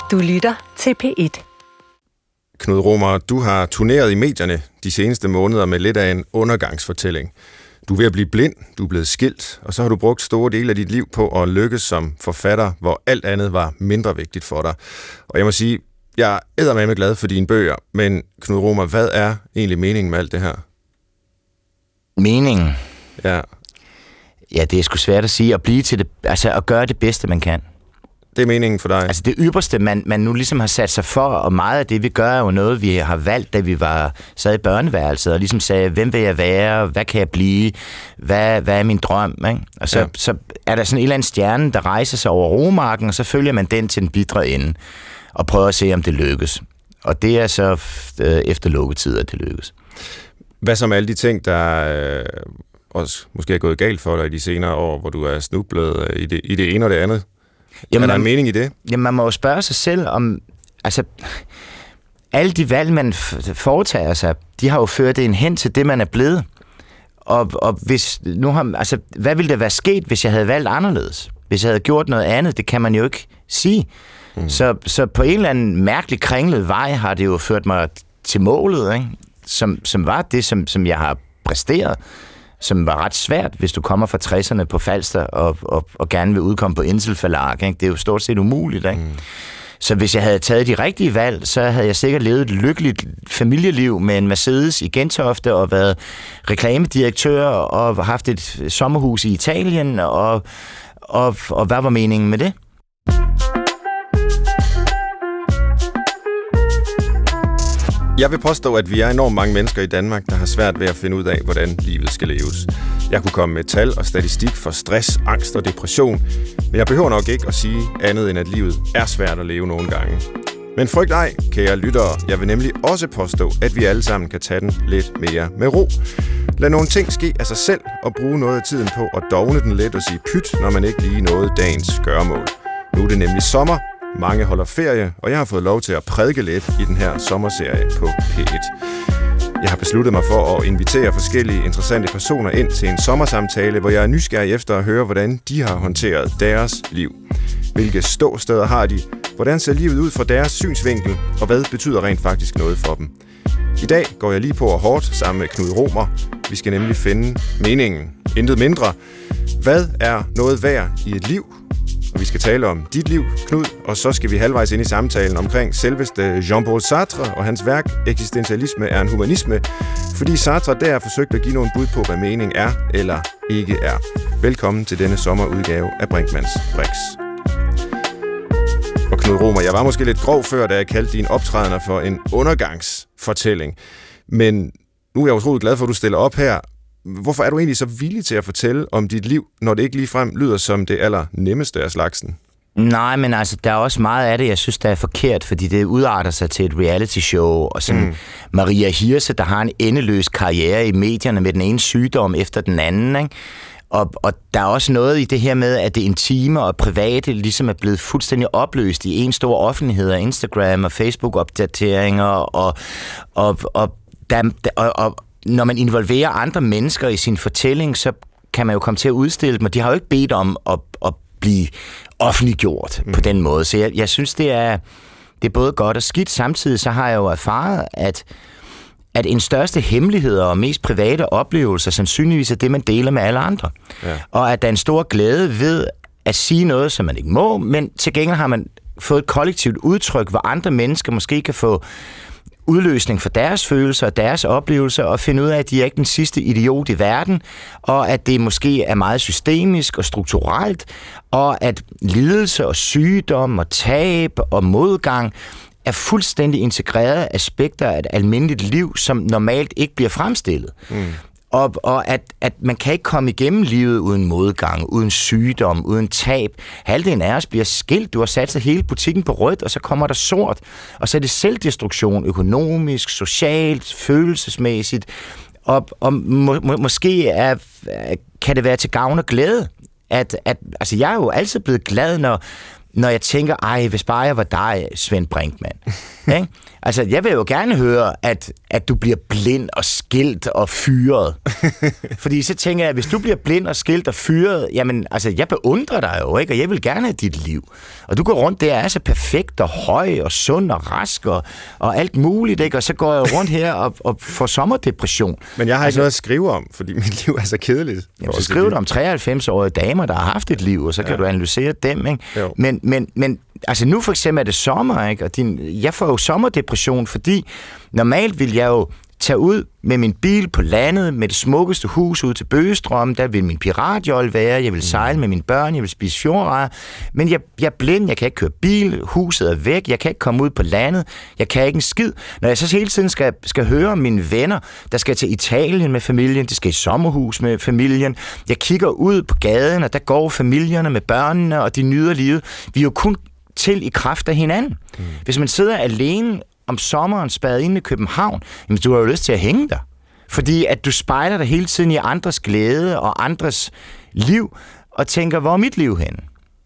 Du lytter til P1. Knud Romer, du har turneret i medierne de seneste måneder med lidt af en undergangsfortælling. Du er ved at blive blind, du er blevet skilt, og så har du brugt store dele af dit liv på at lykkes som forfatter, hvor alt andet var mindre vigtigt for dig. Og jeg må sige, jeg er eddermame glad for dine bøger, men Knud Romer, hvad er egentlig meningen med alt det her? Meningen? Ja. Ja, det er sgu svært at sige. At blive til det, altså at gøre det bedste, man kan. Det er meningen for dig? Altså det ypperste, man nu ligesom har sat sig for, og meget af det, vi gør, er jo noget, vi har valgt, da vi sad i børneværelset, og ligesom sagde, hvem vil jeg være, hvad kan jeg blive, hvad er min drøm, ikke? Og så er der sådan en eller anden stjerne, der rejser sig over roemarken, og så følger man den til den bitre ende, og prøver at se, om det lykkes. Og det er så efter lukketid, at det lykkes. Hvad så med alle de ting, der også måske er gået galt for dig i de senere år, hvor du er snublet i det ene og det andet? Jamen, er der en mening i det? Jamen, man må jo spørge sig selv om... Altså, alle de valg, man foretager sig, de har jo ført en hen til det, man er blevet. Og hvis nu har... Altså, hvad ville der være sket, hvis jeg havde valgt anderledes? Hvis jeg havde gjort noget andet? Det kan man jo ikke sige. Mm. Så på en eller anden mærkelig kringlet vej har det jo ført mig til målet, ikke? Som var det, som jeg har præsteret, som var ret svært, hvis du kommer fra 60'erne på Falster og gerne vil udkomme på Inselforlag. Det er jo stort set umuligt. Ikke? Mm. Så hvis jeg havde taget de rigtige valg, så havde jeg sikkert levet et lykkeligt familieliv med en Mercedes i Gentofte og været reklamedirektør og haft et sommerhus i Italien. Og hvad var meningen med det? Jeg vil påstå, at vi er enormt mange mennesker i Danmark, der har svært ved at finde ud af, hvordan livet skal leves. Jeg kunne komme med tal og statistik for stress, angst og depression, men jeg behøver nok ikke at sige andet end, at livet er svært at leve nogle gange. Men frygt ej, kære lyttere, jeg vil nemlig også påstå, at vi alle sammen kan tage den lidt mere med ro. Lad nogle ting ske af sig selv og bruge noget af tiden på at dovne den lidt og sige pyt, når man ikke lige nåede dagens gøremål. Nu er det nemlig sommer. Mange holder ferie, og jeg har fået lov til at prædike lidt i den her sommerserie på P1. Jeg har besluttet mig for at invitere forskellige interessante personer ind til en sommersamtale, hvor jeg er nysgerrig efter at høre, hvordan de har håndteret deres liv. Hvilke ståsteder har de? Hvordan ser livet ud fra deres synsvinkel? Og hvad betyder rent faktisk noget for dem? I dag går jeg lige på og hårdt sammen med Knud Romer. Vi skal nemlig finde meningen. Intet mindre. Hvad er noget værd i et liv? Og vi skal tale om dit liv, Knud, og så skal vi halvvejs ind i samtalen omkring selveste Jean-Paul Sartre og hans værk Eksistentialisme er en humanisme, fordi Sartre der har forsøgt at give nogle bud på, hvad mening er eller ikke er. Velkommen til denne sommerudgave af Brinkmanns Brix. Og Knud Romer, jeg var måske lidt grov før, da jeg kaldte dine optrædener for en undergangsfortælling, men nu er jeg utroligt glad for, at du stiller op her. Hvorfor er du egentlig så villig til at fortælle om dit liv, når det ikke ligefrem lyder som det allernemmeste af slagsen? Nej, men altså, der er også meget af det, jeg synes, der er forkert, fordi det udarter sig til et reality show, og sådan Maria Hirse, der har en endeløs karriere i medierne med den ene sygdom efter den anden, ikke? Og der er også noget i det her med, at det intime og private ligesom er blevet fuldstændig opløst i en stor offentlighed af Instagram og Facebook-opdateringer, og når man involverer andre mennesker i sin fortælling, så kan man jo komme til at udstille dem, og de har jo ikke bedt om at blive offentliggjort på den måde. Så jeg synes, det er både godt og skidt. Samtidig så har jeg jo erfaret, at en største hemmelighed og mest private oplevelser sandsynligvis er det, man deler med alle andre. Ja. Og at der er en stor glæde ved at sige noget, som man ikke må, men til gengæld har man fået et kollektivt udtryk, hvor andre mennesker måske kan få udløsning for deres følelser og deres oplevelser, og finde ud af, at de er ikke den sidste idiot i verden, og at det måske er meget systemisk og strukturelt, og at lidelse og sygdom og tab og modgang er fuldstændig integrerede aspekter af et almindeligt liv, som normalt ikke bliver fremstillet. Og at man kan ikke komme igennem livet uden modgang, uden sygdom, uden tab. Halvdelen af os bliver skilt. Du har sat sig hele butikken på rødt, og så kommer der sort. Og så er det selvdestruktion, økonomisk, socialt, følelsesmæssigt. Og måske kan det være til gavn og glæde. Altså jeg er jo altid blevet glad, når jeg tænker, hvis bare jeg var dig, Svend Brinkmann. Ikke? Altså, jeg vil jo gerne høre, at du bliver blind og skilt og fyret. Fordi så tænker jeg, at hvis du bliver blind og skilt og fyret, jamen, altså, jeg beundrer dig jo, ikke? Og jeg vil gerne have dit liv. Og du går rundt der, er så perfekt og høj og sund og rask og alt muligt, ikke? Og så går jeg rundt her og får sommerdepression. Men jeg har ikke noget at skrive om, fordi mit liv er så kedeligt. Jamen, så skriver du om 93-årige damer, der har haft et liv, og så kan du analysere dem, ikke? Men altså nu for eksempel er det sommer, ikke? Og jeg får jo sommerdepression, fordi normalt vil jeg jo tage ud med min bil på landet, med det smukkeste hus ud til Bøgestrøm, der vil min piratjolle være, jeg vil sejle med mine børn, jeg vil spise fjordrejer, men jeg er blind, jeg kan ikke køre bil, huset er væk, jeg kan ikke komme ud på landet, jeg kan ikke en skid. Når jeg så hele tiden skal høre om mine venner, der skal til Italien med familien, de skal i sommerhus med familien, jeg kigger ud på gaden, og der går familierne med børnene, og de nyder livet. Vi er jo kun til i kraft af hinanden. Hvis man sidder alene om sommeren spadet inde i København, jamen du har jo lyst til at hænge der. Fordi at du spejler dig hele tiden i andres glæde og andres liv, og tænker, hvor er mit liv henne?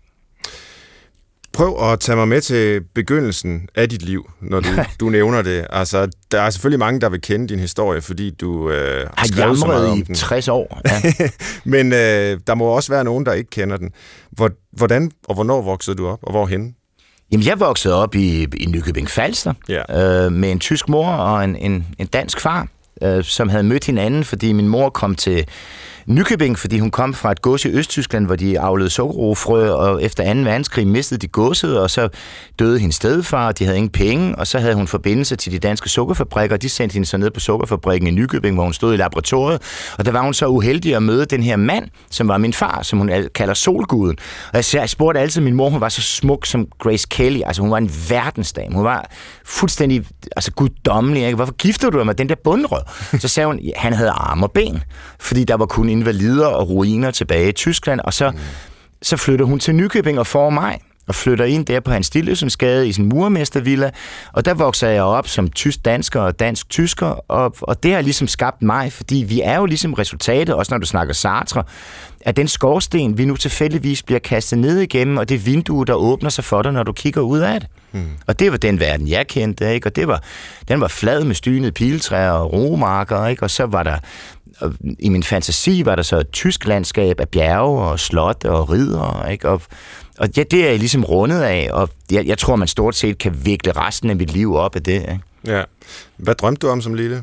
Prøv at tage mig med til begyndelsen af dit liv, når du nævner det. Altså, der er selvfølgelig mange, der vil kende din historie, fordi du har skrevet så meget om den. 60 år. Ja. Men der må også være nogen, der ikke kender den. Hvordan og hvornår voksede du op, og hvorhenne? Jamen, jeg voksede op i Nykøbing Falster, med en tysk mor og en dansk far, som havde mødt hinanden, fordi min mor kom til Nykøbing, fordi hun kom fra et gods i Østtyskland, hvor de avlede sukkerroefrø, og efter 2. verdenskrig mistede de godset, og så døde hendes stedfar, og de havde ingen penge, og så havde hun forbindelse til de danske sukkerfabrikker, og de sendte hende så ned på sukkerfabrikken i Nykøbing, hvor hun stod i laboratoriet, og der var hun så uheldig at møde den her mand, som var min far, som hun kalder Solguden. Og jeg spurgte altid min mor, hun var så smuk som Grace Kelly, altså hun var en verdensdame, hun var fuldstændig guddommelig, ikke? Hvorfor gifter du dig med den der bundrød? Så sagde hun, han havde arme og ben, fordi der var kun invalider og ruiner tilbage i Tyskland, og så flytter hun til Nykøbing og får mig, og flytter ind der på Hans Stilløsensgade i sin murermestervilla, og der vokser jeg op som tysk-dansker og dansk-tysker, og det har ligesom skabt mig, fordi vi er jo ligesom resultatet, også når du snakker Sartre, af den skorsten, vi nu tilfældigvis bliver kastet ned igennem, og det vindue, der åbner sig for dig, når du kigger ud af det. Og det var den verden, jeg kendte, ikke? Og den var flad med stynede piletræer og romarker, ikke? Og så var der, i min fantasi var der så et tysk landskab af bjerge og slot og ridder, ikke? Og det er jeg ligesom rundet af, og jeg tror, man stort set kan vikle resten af mit liv op af det, ikke? Ja. Hvad drømte du om som lille?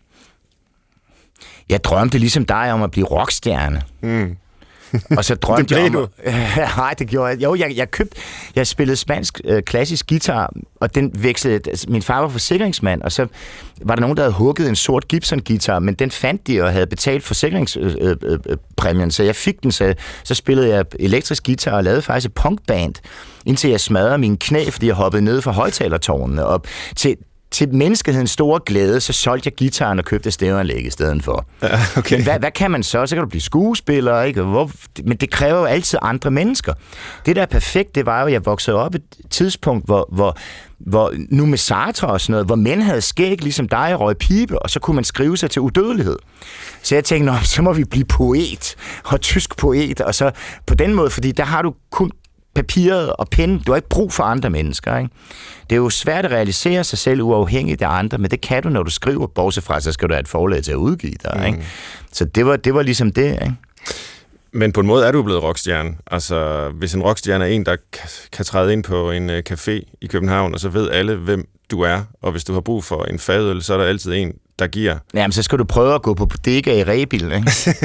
Jeg drømte ligesom dig om at blive rockstjerne. Og så drømte jeg om... Nej, det gjorde jeg. Jo, jeg spillede spansk klassisk guitar, og den vekslede... Min far var forsikringsmand, og så var der nogen, der havde hugget en sort Gibson-guitar, men den fandt de og havde betalt forsikringspræmien, så jeg fik den, så spillede jeg elektrisk guitar og lavede faktisk et punkband, indtil jeg smadrede mine knæ, fordi jeg hoppede ned fra højtalertårnene op til menneskehedens store glæde, så solgte jeg guitaren og købte stereoanlæg i stedet for. Ja, okay. Men hvad kan man så? Så kan du blive skuespiller, ikke? Men det kræver jo altid andre mennesker. Det, der er perfekt, det var jo, at jeg voksede op et tidspunkt, hvor nu med Sartre og sådan noget, hvor mænd havde skæg ligesom dig, røg pibe, og så kunne man skrive sig til udødelighed. Så jeg tænkte, så må vi blive poet, og tysk poet, og så på den måde, fordi der har du kun papiret og pen. Du har ikke brug for andre mennesker, ikke? Det er jo svært at realisere sig selv uafhængigt af andre, men det kan du, når du skriver. Bortset fra, så skal du have et forlag til at udgive dig, ikke? Så det var ligesom det, ikke? Men på en måde er du blevet rockstjerne. Altså, hvis en rockstjerne er en, der kan træde ind på en café i København, og så ved alle, hvem du er, og hvis du har brug for en fadøl, så er der altid en, der giver. Jamen, så skal du prøve at gå på bodega i Rebild, ikke?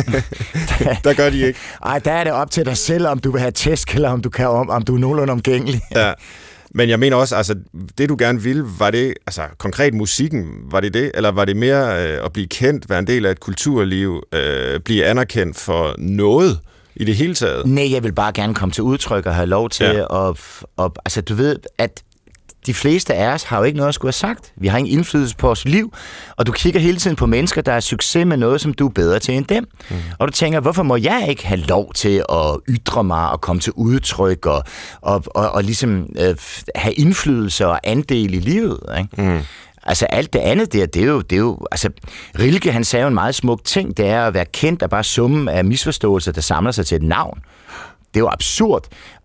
Der gør de ikke. Ej, der er det op til dig selv, om du vil have tæsk, eller om du er nogenlunde omgængelig. Ja. Men jeg mener også, altså, det du gerne ville, var det, altså konkret musikken, var det, eller var det mere at blive kendt, være en del af et kulturliv, blive anerkendt for noget i det hele taget? Nej, jeg vil bare gerne komme til udtryk og have lov til at altså, du ved, at de fleste af os har jo ikke noget at skulle have sagt. Vi har ingen indflydelse på vores liv, og du kigger hele tiden på mennesker, der har succes med noget, som du er bedre til end dem. Og du tænker, hvorfor må jeg ikke have lov til at ytre mig og komme til udtryk og ligesom have indflydelse og andel i livet, ikke? Altså alt det andet der, det er jo altså Rilke, han sagde jo en meget smuk ting, det er at være kendt af bare summen af misforståelser, der samler sig til et navn. Det er jo absurd.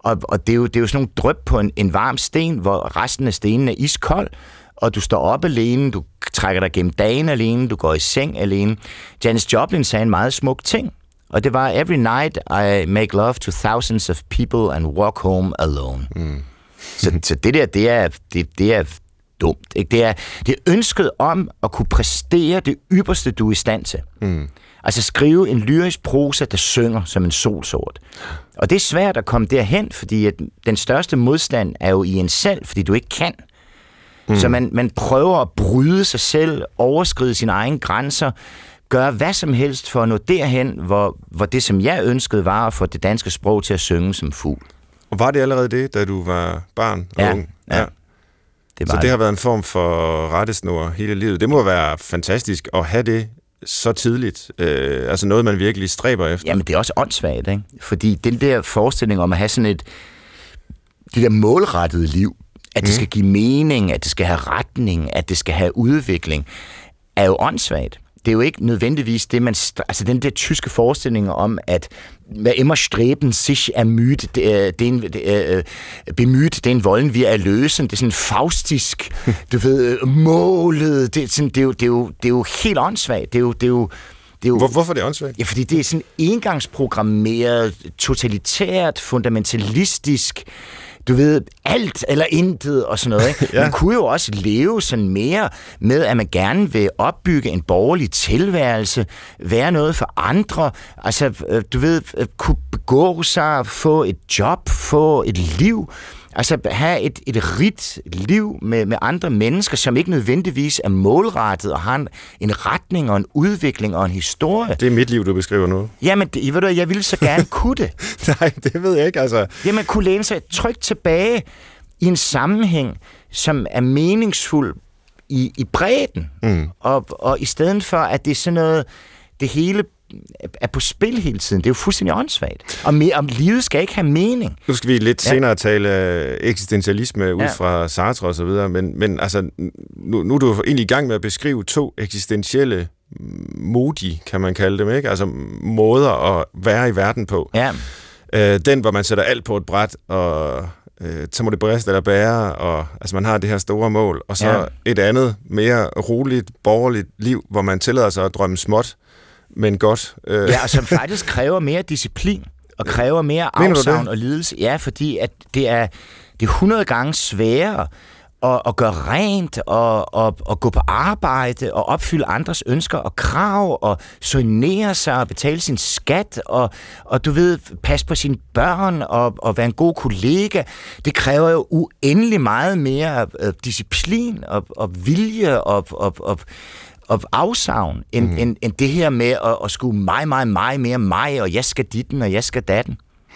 Og det er jo sådan nogle dryp på en varm sten, hvor resten af stenen er iskold, og du står op alene, du trækker dig gennem dagen alene, du går i seng alene. Janis Joplin sagde en meget smuk ting, og det var, every night I make love to thousands of people and walk home alone. Så det der, det er dumt. Ikke? Det er ønsket om at kunne præstere det ypperste, du er i stand til. Altså skrive en lyrisk prosa, der synger som en solsort. Og det er svært at komme derhen, fordi at den største modstand er jo i en selv, fordi du ikke kan. Så man prøver at bryde sig selv, overskride sine egne grænser, gøre hvad som helst for at nå derhen, hvor det, som jeg ønskede, var at få det danske sprog til at synge som fugl. Og var det allerede det, da du var barn og ung? Ja. Så det har været en form for rettesnor hele livet. Det må være fantastisk at have det så tidligt. Altså noget, man virkelig stræber efter. Jamen, det er også åndssvagt, ikke? Fordi den der forestilling om at have sådan det der målrettede liv, at det skal give mening, at det skal have retning, at det skal have udvikling, er jo åndssvagt. Det er jo ikke nødvendigvis det, altså den der tyske forestilling om, at hvad immer streben sich ermüdet, bemüht, den wollen wir erlösen. Det er sådan faustisk, du ved, målet. Det er jo helt åndssvagt. Hvorfor er det åndssvagt? Ja, fordi det er sådan engangsprogrammeret, totalitært, fundamentalistisk, du ved, alt eller intet og sådan noget. Ikke? Ja. Man kunne jo også leve sådan mere med, at man gerne vil opbygge en borgerlig tilværelse, være noget for andre, altså, du ved, kunne begå sig, få et job, få et liv, altså have et rigt liv med andre mennesker, som ikke nødvendigvis er målrettet og har en retning og en udvikling og en historie. Det er mit liv, du beskriver nu. Jamen, ved du, jeg ville så gerne kunne det. Nej, det ved jeg ikke, altså. Jamen, kunne læne sig trygt tilbage i en sammenhæng, som er meningsfuld i bredden. Og i stedet for, at det er sådan noget, det hele er på spil hele tiden. Det er jo fuldstændig åndssvagt. Og livet skal ikke have mening. Nu skal vi lidt senere tale eksistentialisme ud fra Sartre og så videre, men altså, nu er du egentlig i gang med at beskrive 2 eksistentielle modi, kan man kalde dem, ikke? Altså måder at være i verden på. Ja. Den, hvor man sætter alt på et bræt, og så må det briste eller bære, og altså man har det her store mål, og så et andet, mere roligt, borgerligt liv, hvor man tillader sig at drømme småt, men godt. Ja, og som faktisk kræver mere disciplin, og kræver mere afsavn og lidelse. Ja, fordi at det er 100 gange sværere at gøre rent, og gå på arbejde, og opfylde andres ønsker og krav, og soignere sig, og betale sin skat, og du ved, passe på sine børn, og være en god kollega. Det kræver jo uendelig meget mere disciplin, og vilje, og afsavn, end det her med at skulle meget mere mig, og jeg skal ditten, og jeg skal datten.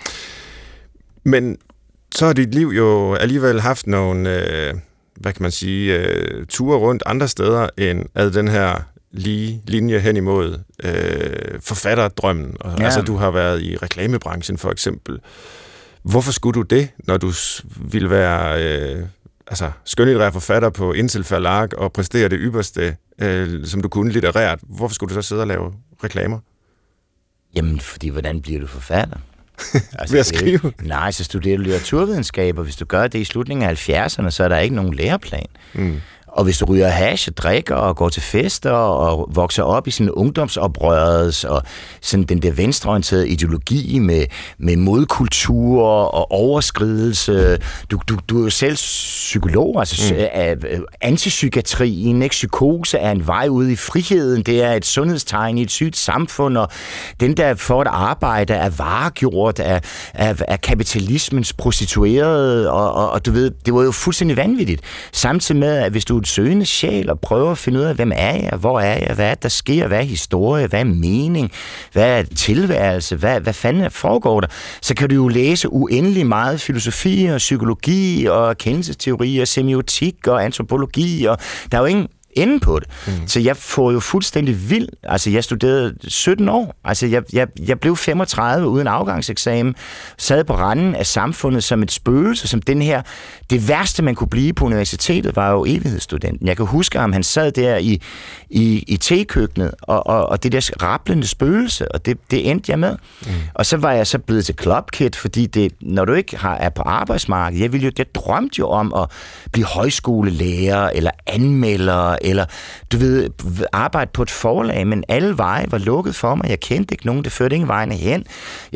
Men så har dit liv jo alligevel haft nogle, hvad kan man sige, ture rundt andre steder end ad den her lige linje hen imod forfatterdrømmen. Altså, du har været i reklamebranchen for eksempel. Hvorfor skulle du det, når du ville være skønlitterær forfatter på Intel Verlag og præstere det ypperste, som du kunne litterært? Hvorfor skulle du så sidde og lave reklamer? Jamen, fordi hvordan bliver du forfatter? Ved at skrive? Nej, så studerer du litteraturvidenskab, og hvis du gør det i slutningen af 70'erne, så er der ikke nogen læreplan. Og hvis du ryger hash og drikker og går til fester og vokser op i sådan ungdomsoprørets og sådan den der venstreorienterede ideologi med modkultur og overskridelse. Du er jo selv psykolog, altså antipsykiatrien, ikke? Psykose er en vej ud i friheden, det er et sundhedstegn i et sygt samfund, og den der får et arbejde er varegjort af kapitalismens prostituerede, og du ved, det var jo fuldstændig vanvittigt. Samtidig med, at hvis du søgende sjæl og prøver at finde ud af, hvem er jeg, hvor er jeg, hvad er der sker, hvad er historie, hvad er mening, hvad er tilværelse, hvad fanden foregår der, så kan du jo læse uendelig meget filosofi og psykologi og erkendelsesteori og semiotik og antropologi, og der er jo ende på det. Så jeg får jo fuldstændig vild. Altså, jeg studerede 17 år. Altså, jeg blev 35 uden afgangseksamen, sad på randen af samfundet som et spøgelse, som den her. Det værste, man kunne blive på universitetet, var jo evighedsstudenten. Jeg kan huske ham, han sad der i tekøkkenet, og det der rablende spøgelse, og det endte jeg med. Og så var jeg så blevet til clubkid, fordi det, når du ikke er på arbejdsmarkedet, jeg drømte jo om at blive højskolelærer, eller anmelder, eller du ved, arbejde på et forlag, men alle veje var lukket for mig. Jeg kendte ikke nogen, det førte ingen vejene hen.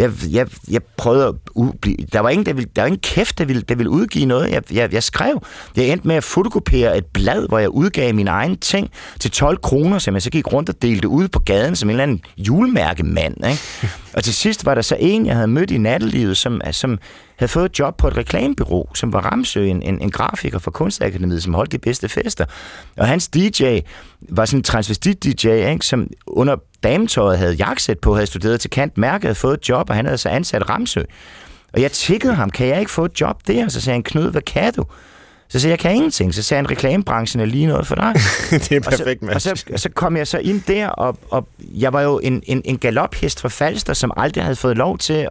Jeg prøvede at der var ingen kæft, der ville udgive noget. Jeg skrev. Jeg endte med at fotokopiere et blad, hvor jeg udgav mine egne ting til 12 kroner, som jeg så gik rundt og delte ud på gaden som en eller anden julemærkemand. Ikke? Og til sidst var der så en, jeg havde mødt i nattelivet, som havde fået et job på et reklamebureau, som var Ramsø, en grafiker fra Kunstakademiet, som holdt de bedste fester. Og hans DJ var sådan en transvestit-DJ, ikke, som under dametøjet havde jakkesæt på, havde studeret til Kant Mærke, havde fået et job, og han havde så ansat Ramsø. Og jeg tikkede ham, kan jeg ikke få et job der? Så sagde han, Knud, hvad kan du? Så sagde jeg, kan ingenting. Så sagde han, reklamebranchen er lige noget for dig. Det er perfekt, match. Og så kom jeg så ind der, og jeg var jo en galophest fra Falster, som aldrig havde fået lov til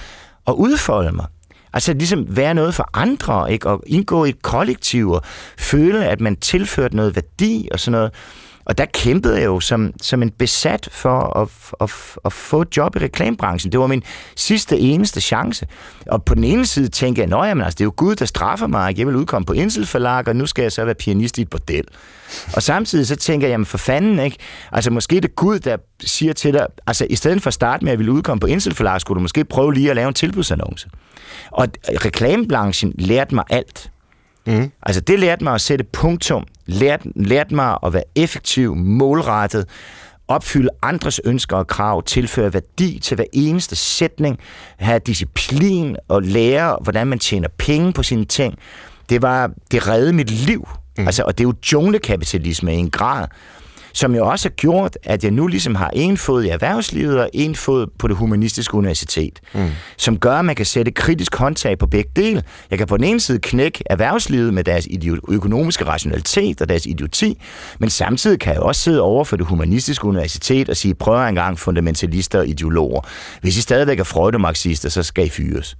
at udfolde mig. Altså ligesom være noget for andre, ikke? Og indgå i et kollektiv, og føle, at man tilførte noget værdi og sådan noget. Og der kæmpede jeg jo som en besat for at få et job i reklamebranchen. Det var min eneste chance. Og på den ene side tænkte jeg, det er jo Gud, der straffer mig. Jeg vil udkomme på Inselforlag, og nu skal jeg så være pianist i et bordel. Og samtidig så tænker jeg, jamen for fanden, ikke? Altså måske det Gud, der siger til dig, altså i stedet for at starte med at ville udkomme på Inselforlag, skulle du måske prøve lige at lave en tilbudsannonce. Og reklamebranchen lærte mig alt. Altså det lærte mig at sætte punktum, lærte mig at være effektiv, målrettet, opfylde andres ønsker og krav, tilføre værdi til hver eneste sætning, have disciplin og lære, hvordan man tjener penge på sine ting. Det reddede mit liv. Altså, og det er jo junglekapitalisme i en grad, som jo også har gjort, at jeg nu ligesom har en fod i erhvervslivet og en fod på det humanistiske universitet, som gør, at man kan sætte kritisk håndtag på begge dele. Jeg kan på den ene side knække erhvervslivet med deres økonomiske rationalitet og deres idioti, men samtidig kan jeg også sidde over for det humanistiske universitet og sige, prøv engang fundamentalister og ideologer. Hvis I stadigvæk er freudemarxister, så skal I fyres.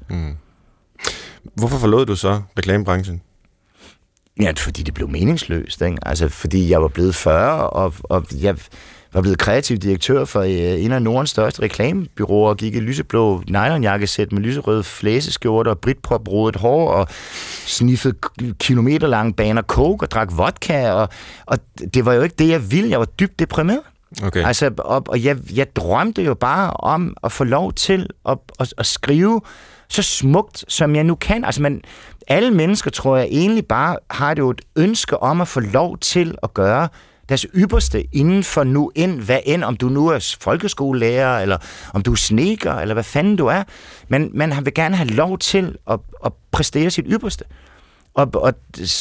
Hvorfor forlod du så reklamebranchen? Ja, fordi det blev meningsløst, ikke? Altså, fordi jeg var blevet 40, og jeg var blevet kreativ direktør for en af Nordens største reklamebyråer, og gik i lyseblå nylonjakkesæt med lyserøde flæseskjorter og britpop-rodet hår, og sniffede kilometerlange baner coke og drak vodka, og det var jo ikke det, jeg ville. Jeg var dybt deprimeret. Okay. Altså, og jeg drømte jo bare om at få lov til at skrive så smukt, som jeg nu kan. Altså, alle mennesker, tror jeg, egentlig bare har det jo et ønske om at få lov til at gøre deres ypperste inden for hvad end, om du nu er folkeskolelærer, eller om du er snedker, eller hvad fanden du er. Men man vil gerne have lov til at præstere sit ypperste. Og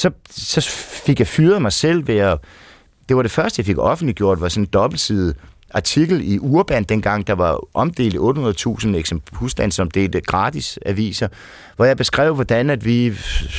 så fik jeg fyret mig selv ved at... Det var det første, jeg fik offentliggjort, var sådan en dobbeltsidet artikel i Urban dengang, der var omdelt i 800.000 husstandsomdelte gratis aviser, hvor jeg beskrev, hvordan at vi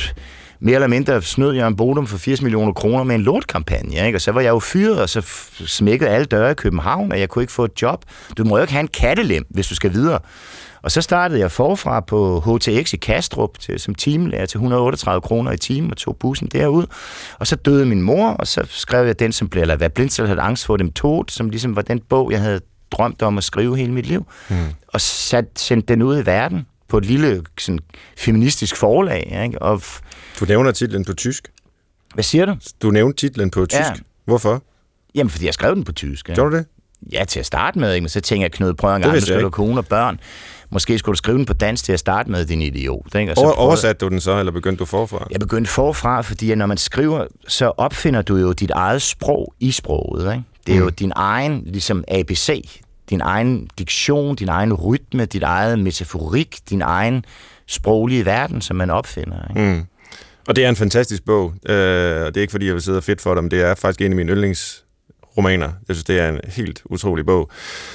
mere eller mindre snød Jørgen Bodum for 80 millioner kroner med en lortkampagne, ikke? Og så var jeg jo fyret, og så smækkede alle døre i København, og jeg kunne ikke få et job. Du må jo ikke have en kattelem, hvis du skal videre. Og så startede jeg forfra på HTX i Kastrup som timelærer til 138 kroner i timen og tog bussen derud. Og så døde min mor, og så skrev jeg den, som blev, eller hvad Blindsel havde angst for dem tog, som ligesom var den bog, jeg havde drømt om at skrive hele mit liv. Og sendte den ud i verden på et lille sådan, feministisk forlag. Ikke? Og du nævner titlen på tysk. Hvad siger du? Du nævnte titlen på tysk. Ja. Hvorfor? Jamen, fordi jeg skrev den på tysk. Ja. Gjorde du det? Ja, til at starte med, ikke? Men så tænker jeg, Knud, prøv en gang, nu skal du kone og børn. Måske skulle du skrive den på dansk til at starte med, din idiot. Ikke? Oversatte du den så, eller begyndte du forfra? Jeg begyndte forfra, fordi når man skriver, så opfinder du jo dit eget sprog i sproget. Ikke? Det er jo din egen, ligesom ABC, din egen diktion, din egen rytme, dit eget metaforik, din egen sproglige verden, som man opfinder. Ikke? Og det er en fantastisk bog. Det er ikke, fordi jeg vil sidde og fedt for dig, men det er faktisk en af mine yndlingsromaner. Jeg synes, det er en helt utrolig bog.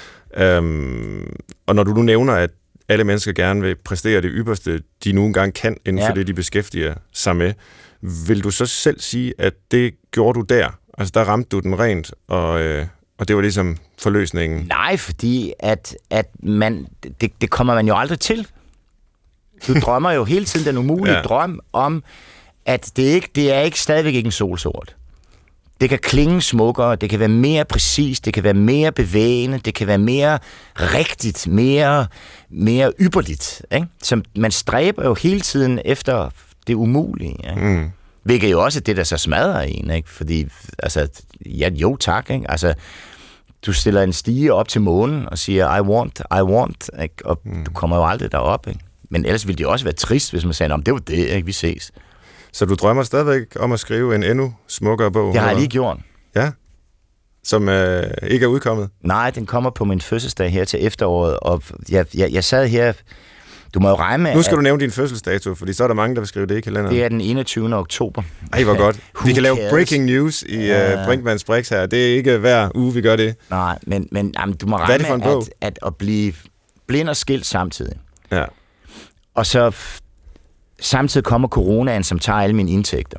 Og når du nu nævner, at alle mennesker gerne vil præstere det ypperste, de nu engang kan, inden for det, de beskæftiger sig med, vil du så selv sige, at det gjorde du der? Altså, der ramte du den rent, og det var ligesom forløsningen. Nej, fordi at man, det kommer man jo aldrig til. Du drømmer jo hele tiden den umulige drøm om, at det er ikke stadigvæk ikke en solsort. Det kan klinge smukkere, det kan være mere præcist, det kan være mere bevægende, det kan være mere rigtigt, mere ypperligt. Ikke? Så man stræber jo hele tiden efter det umulige. Ikke? Hvilket jo også er det, der så smadrer en. Ikke? Fordi, altså, jo tak. Ikke? Altså, du stiller en stige op til månen og siger, I want, ikke? Og du kommer jo aldrig derop. Ikke? Men ellers ville det også være trist, hvis man sagde, det var det, ikke? Vi ses. Så du drømmer stadigvæk om at skrive en endnu smukkere bog? Det har jeg lige gjort. Ja? Som ikke er udkommet? Nej, den kommer på min fødselsdag her til efteråret, og jeg sad her. Du må jo regne med... Nu skal du nævne din fødselsdato, fordi så er der mange, der vil skrive det i kalenderen. Det er den 21. oktober. Ej, hvor godt. Vi kan lave breaking news i Brinkmanns Brix her. Det er ikke hver uge, vi gør det. Nej, men jamen, du må regne med at blive blind og skilt samtidig. Ja. Og så samtidig kommer coronaen, som tager alle mine indtægter.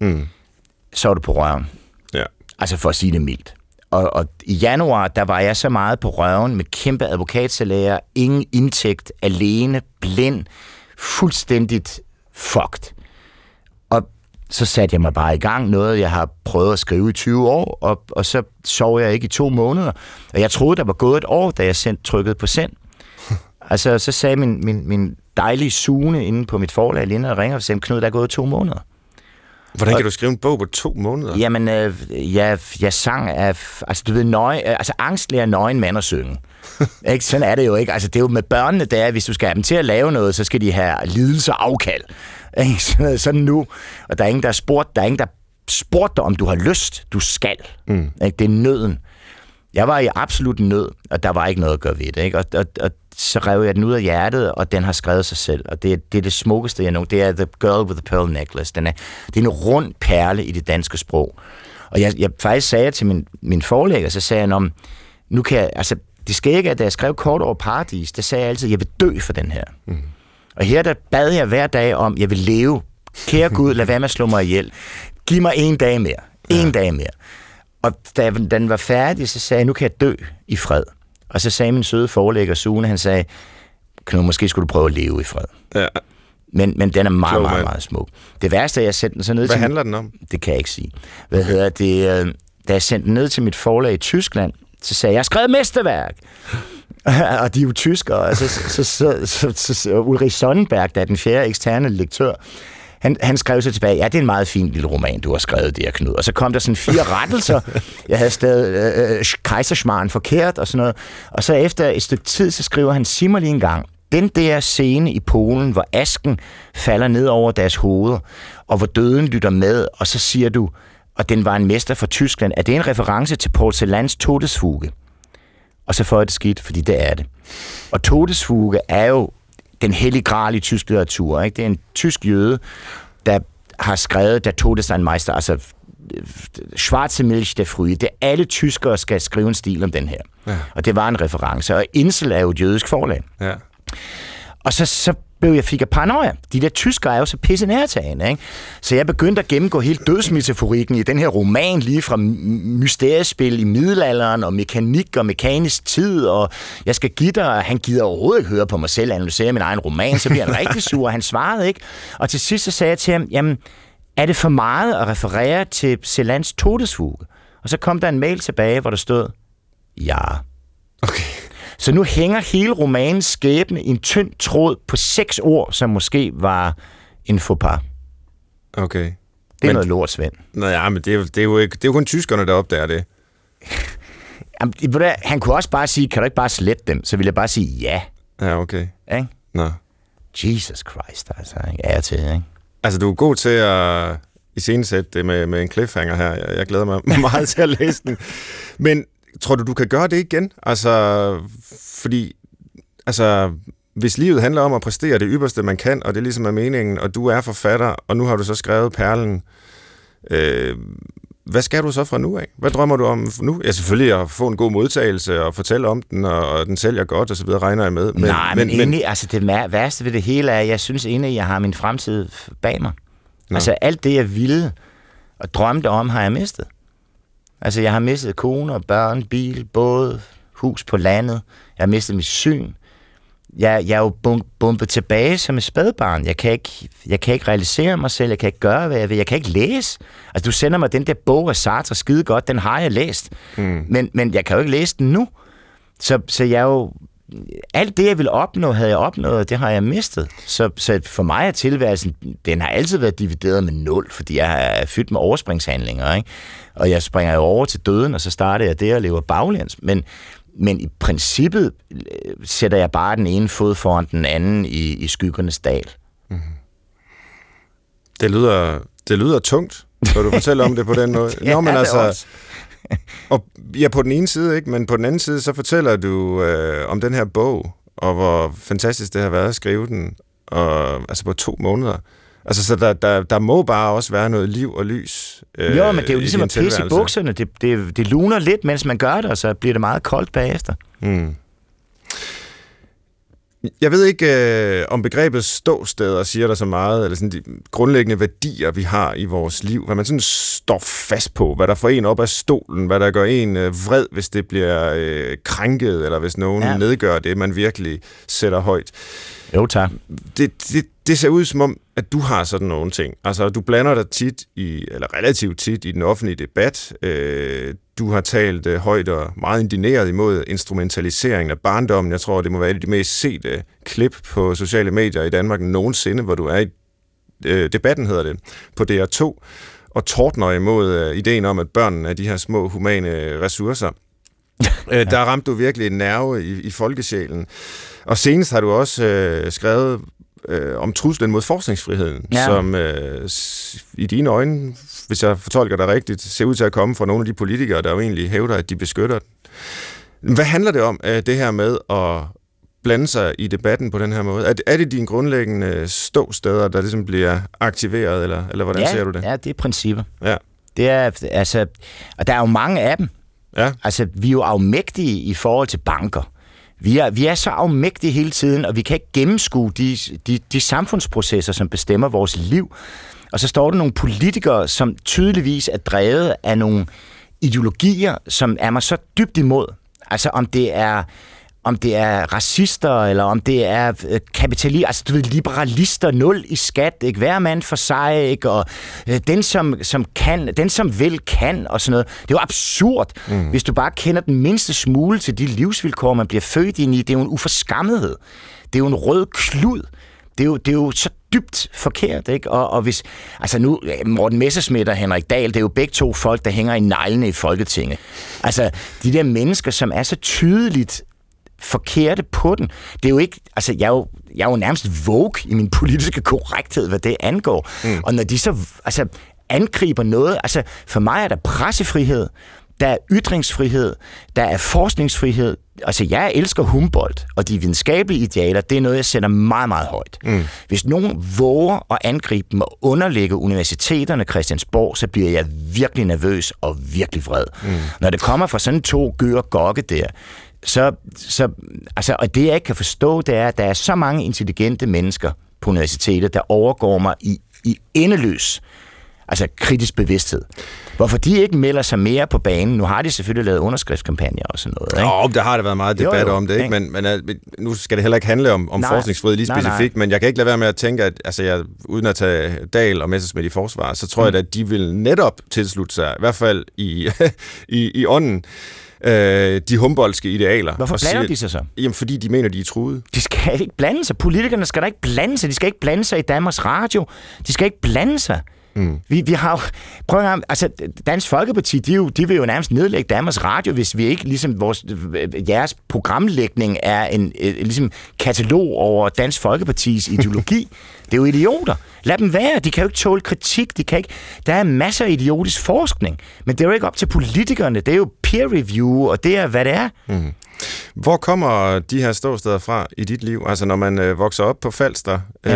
Så er du på røven. Ja. Altså for at sige det mildt. Og i januar, der var jeg så meget på røven med kæmpe advokatsalærer, ingen indtægt, alene, blind, fuldstændigt fucked. Og så satte jeg mig bare i gang, noget jeg har prøvet at skrive i 20 år, og så sov jeg ikke i 2 måneder. Og jeg troede, der var gået et år, da jeg trykkede på send. Altså, så sagde min dejlige Sune inde på mit forlag, Linda, og ringer og sagde, Knud, der er gået 2 måneder. Hvordan kan du skrive en bog på 2 måneder? Jamen, jeg sang af... Altså, du ved, angst lærer nøgen mand at synge. Ikke? Sådan er det jo ikke. Altså, det er jo med børnene, der er, hvis du skal have dem til at lave noget, så skal de have lidelse og afkald. Ikke? Sådan nu. Og der er ingen, der spurgte dig, om du har lyst. Du skal. Ikke? Det er nøden. Jeg var i absolut nød, og der var ikke noget at gøre ved det. Ikke? Og så rev jeg den ud af hjertet, og den har skrevet sig selv. Og det er det smukkeste, jeg nu. Det er The Girl with the Pearl Necklace. Det er en rund perle i det danske sprog. Og jeg faktisk sagde til min forlægger, så sagde han nu kan jeg, altså, det skal ikke, at da jeg skrev Kort over Paradis, der sagde jeg altid, at jeg vil dø for den her. Og her der bad jeg hver dag om, jeg vil leve. Kære Gud, lad være med at slå mig ihjel. Giv mig 1 dag mere. 1 dag mere. Og da den var færdig, så sagde jeg, nu kan jeg dø i fred. Og så sagde min søde forlægger Sune, han sagde, Knud, måske skulle du prøve at leve i fred. Ja. Men den er meget, meget, meget smuk. Det værste er, at jeg sendte den så ned til... Hvad handler den om? Det kan jeg ikke sige. Da jeg sendte den ned til mit forlag i Tyskland, så sagde jeg, jeg har skrevet mesterværk. Og de er jo tyskere. Og så Ulrich Sonnenberg, der er den 4. eksterne lektør, han skrev så tilbage, ja, det er en meget fin lille roman, du har skrevet der, Knud. Og så kom der sådan 4 rettelser. Jeg havde stadig Kaiserschmarrn forkert og sådan noget. Og så efter et stykke tid, så skriver han, sig mig lige en gang, den der scene i Polen, hvor asken falder ned over deres hoveder, og hvor døden lytter med, og så siger du, og den var en mester fra Tyskland, er det en reference til Paul Celans Todesfuge? Og så får jeg det skidt, fordi det er det. Og Todesfuge er jo den hellige gral i tysk litteratur. Ikke? Det er en tysk jøde, der har skrevet der Todeseinmeister, altså Schwarze Milch der Frühe. Det er alle tyskere skal skrive en stil om den her. Ja. Og det var en reference. Og Insel er jo et jødisk forlag. Ja. Og så fik jeg paranoia. De der tyskere er jo så pisse nærtagende, ikke? Så jeg begyndte at gennemgå hele dødsmetaforikken i den her roman, lige fra mysteriespil i middelalderen, og mekanik og mekanisk tid, og jeg skal give dig, og han gider overhovedet ikke høre på mig selv, analysere min egen roman, så bliver han rigtig sur, og han svarede ikke. Og til sidst så sagde jeg til ham, jamen, er det for meget at referere til Celans Todesfuge? Og så kom der en mail tilbage, hvor der stod, ja. Okay. Så nu hænger hele romanens skæbne i en tynd tråd på 6 ord, som måske var en faux pas. Okay. Det er noget lort, Svend. Nå ja, men det er jo kun tyskerne, der opdager det. Jamen, han kunne også bare sige, kan du ikke bare slette dem? Så ville jeg bare sige ja. Ja, okay. Ikke? Nå. Jesus Christ, altså. Ære til, ikke? Altså, du er god til at iscenesætte det med en cliffhanger her. Jeg glæder mig meget til at læse den. Men tror du kan gøre det igen? Altså, fordi hvis livet handler om at præstere det ypperste, man kan, og det ligesom er meningen, og du er forfatter, og nu har du så skrevet Perlen, hvad skal du så fra nu af? Hvad drømmer du om nu? Ja, selvfølgelig at få en god modtagelse og fortælle om den, og den sælger godt, og så videre, regner jeg med. Men egentlig, altså det værste ved det hele er, at jeg synes egentlig, jeg har min fremtid bag mig. Nå. Altså alt det, jeg ville og drømte om, har jeg mistet. Altså, jeg har mistet kone og børn, bil, båd, hus på landet. Jeg har mistet mit syn. Jeg er jo bumpet tilbage som et spædbarn. Jeg kan ikke realisere mig selv. Jeg kan ikke gøre, hvad jeg vil. Jeg kan ikke læse. Altså, du sender mig den der bog af Sartre, skide godt. Den har jeg læst. Men jeg kan jo ikke læse den nu. Så jeg er jo... Alt det, jeg ville opnå, havde jeg opnået, og det har jeg mistet. Så for mig er tilværelsen, den har altid været divideret med 0, fordi jeg er fyldt med overspringshandlinger, ikke? Og jeg springer jo over til døden, og så starter jeg det og lever baglæns. Men i princippet sætter jeg bare den ene fod foran den anden i skyggernes dal. Mm-hmm. Det lyder tungt, når du fortæller om det på den måde. Ja, men altså... Og ja, på den ene side, ikke, men på den anden side, så fortæller du om den her bog, og hvor fantastisk det har været at skrive den, og, altså på 2 måneder. Altså, så der må bare også være noget liv og lys. Jo, men det er jo ligesom at pisse i bukserne. Det luner lidt, mens man gør det, og så bliver det meget koldt bagefter. Mm. Jeg ved ikke, om begrebet ståsteder siger der så meget, eller sådan de grundlæggende værdier, vi har i vores liv, hvad man sådan står fast på, hvad der får en op af stolen, hvad der gør en vred, hvis det bliver krænket, eller hvis nogen nedgør det, man virkelig sætter højt. Jo, tak. Det ser ud som om, at du har sådan nogle ting. Altså, du blander dig relativt tit i den offentlige debat. Du har talt højt og meget indigneret imod instrumentaliseringen af barndommen. Jeg tror, det må være et af de mest sete klip på sociale medier i Danmark nogensinde, hvor du er i debatten, hedder det, på DR2, og tordner imod ideen om, at børnene er de her små humane ressourcer. Der ramte du virkelig en nerve i folkesjælen. Og senest har du også skrevet om truslen mod forskningsfriheden, som i dine øjne, hvis jeg fortolker dig rigtigt, ser ud til at komme fra nogle af de politikere, der jo egentlig hævder, at de beskytter den. Hvad handler det om, det her med at blande sig i debatten på den her måde? Er det dine grundlæggende ståsteder, der ligesom bliver aktiveret, eller hvordan ser du det? Ja, det er principper. Ja. Det er, altså, og der er jo mange af dem. Ja. Altså, vi er jo afmægtige i forhold til banker. Vi er så afmægtige hele tiden, og vi kan ikke gennemskue de samfundsprocesser, som bestemmer vores liv. Og så står der nogle politikere, som tydeligvis er drevet af nogle ideologier, som er mig så dybt imod. Altså om det er racister, eller om det er kapitalister, altså du ved, liberalister, 0 i skat, ikke? Hver mand for sig, ikke? Og den som kan, den som vil, kan, og sådan noget. Det er jo absurd, hvis du bare kender den mindste smule til de livsvilkår, man bliver født ind i. Det er jo en uforskammethed. Det er jo en rød klud. Det er jo så dybt forkert, ikke? Og hvis, altså nu, Morten Messerschmidt og Henrik Dahl, det er jo begge 2 folk, der hænger i neglene i Folketinget. Altså, de der mennesker, som er så tydeligt forkerte på den. Det er jo ikke, altså jeg er jo nærmest woke i min politiske korrekthed, hvad det angår. Og når de så angriber noget, altså for mig er der pressefrihed, der er ytringsfrihed, der er forskningsfrihed. Altså jeg elsker Humboldt, og de videnskabelige idealer, det er noget, jeg sætter meget, meget højt. Hvis nogen våger at angribe dem og underlægge universiteterne Christiansborg, så bliver jeg virkelig nervøs og virkelig vred. Når det kommer fra sådan 2 gør gokke der, så og det jeg ikke kan forstå, det er, at der er så mange intelligente mennesker på universitetet, der overgår mig i endeløs, altså kritisk bevidsthed. Hvorfor de ikke melder sig mere på banen? Nu har de selvfølgelig lavet underskriftskampagner og sådan noget, ikke? Der har det været meget debat om det, ikke? Men nu skal det heller ikke handle om forskningsfrihed lige specifikt, men jeg kan ikke lade være med at tænke, at altså uden at tage Dahl og Messerschmidt i forsvar, så tror jeg, at de vil netop tilslutte sig, i hvert fald i ånden, de humboldtske idealer. Hvorfor blander de sig så? Jamen, fordi de mener, de er truede. De skal ikke blande sig. Politikerne skal da ikke blande sig. De skal ikke blande sig i Danmarks Radio. De skal ikke blande sig. Vi har jo... Prøv at altså, Dansk Folkeparti, de vil jo nærmest nedlægge Danmarks Radio, hvis vi ikke, ligesom jeres programlægning er en ligesom katalog over Dansk Folkepartis ideologi. Det er jo idioter. Lad dem være. De kan jo ikke tåle kritik. Der er masser af idiotisk forskning, men det er jo ikke op til politikerne. Det er jo peer review, og det er, hvad det er. Hvor kommer de her ståsteder fra i dit liv? Altså, når man vokser op på Falster,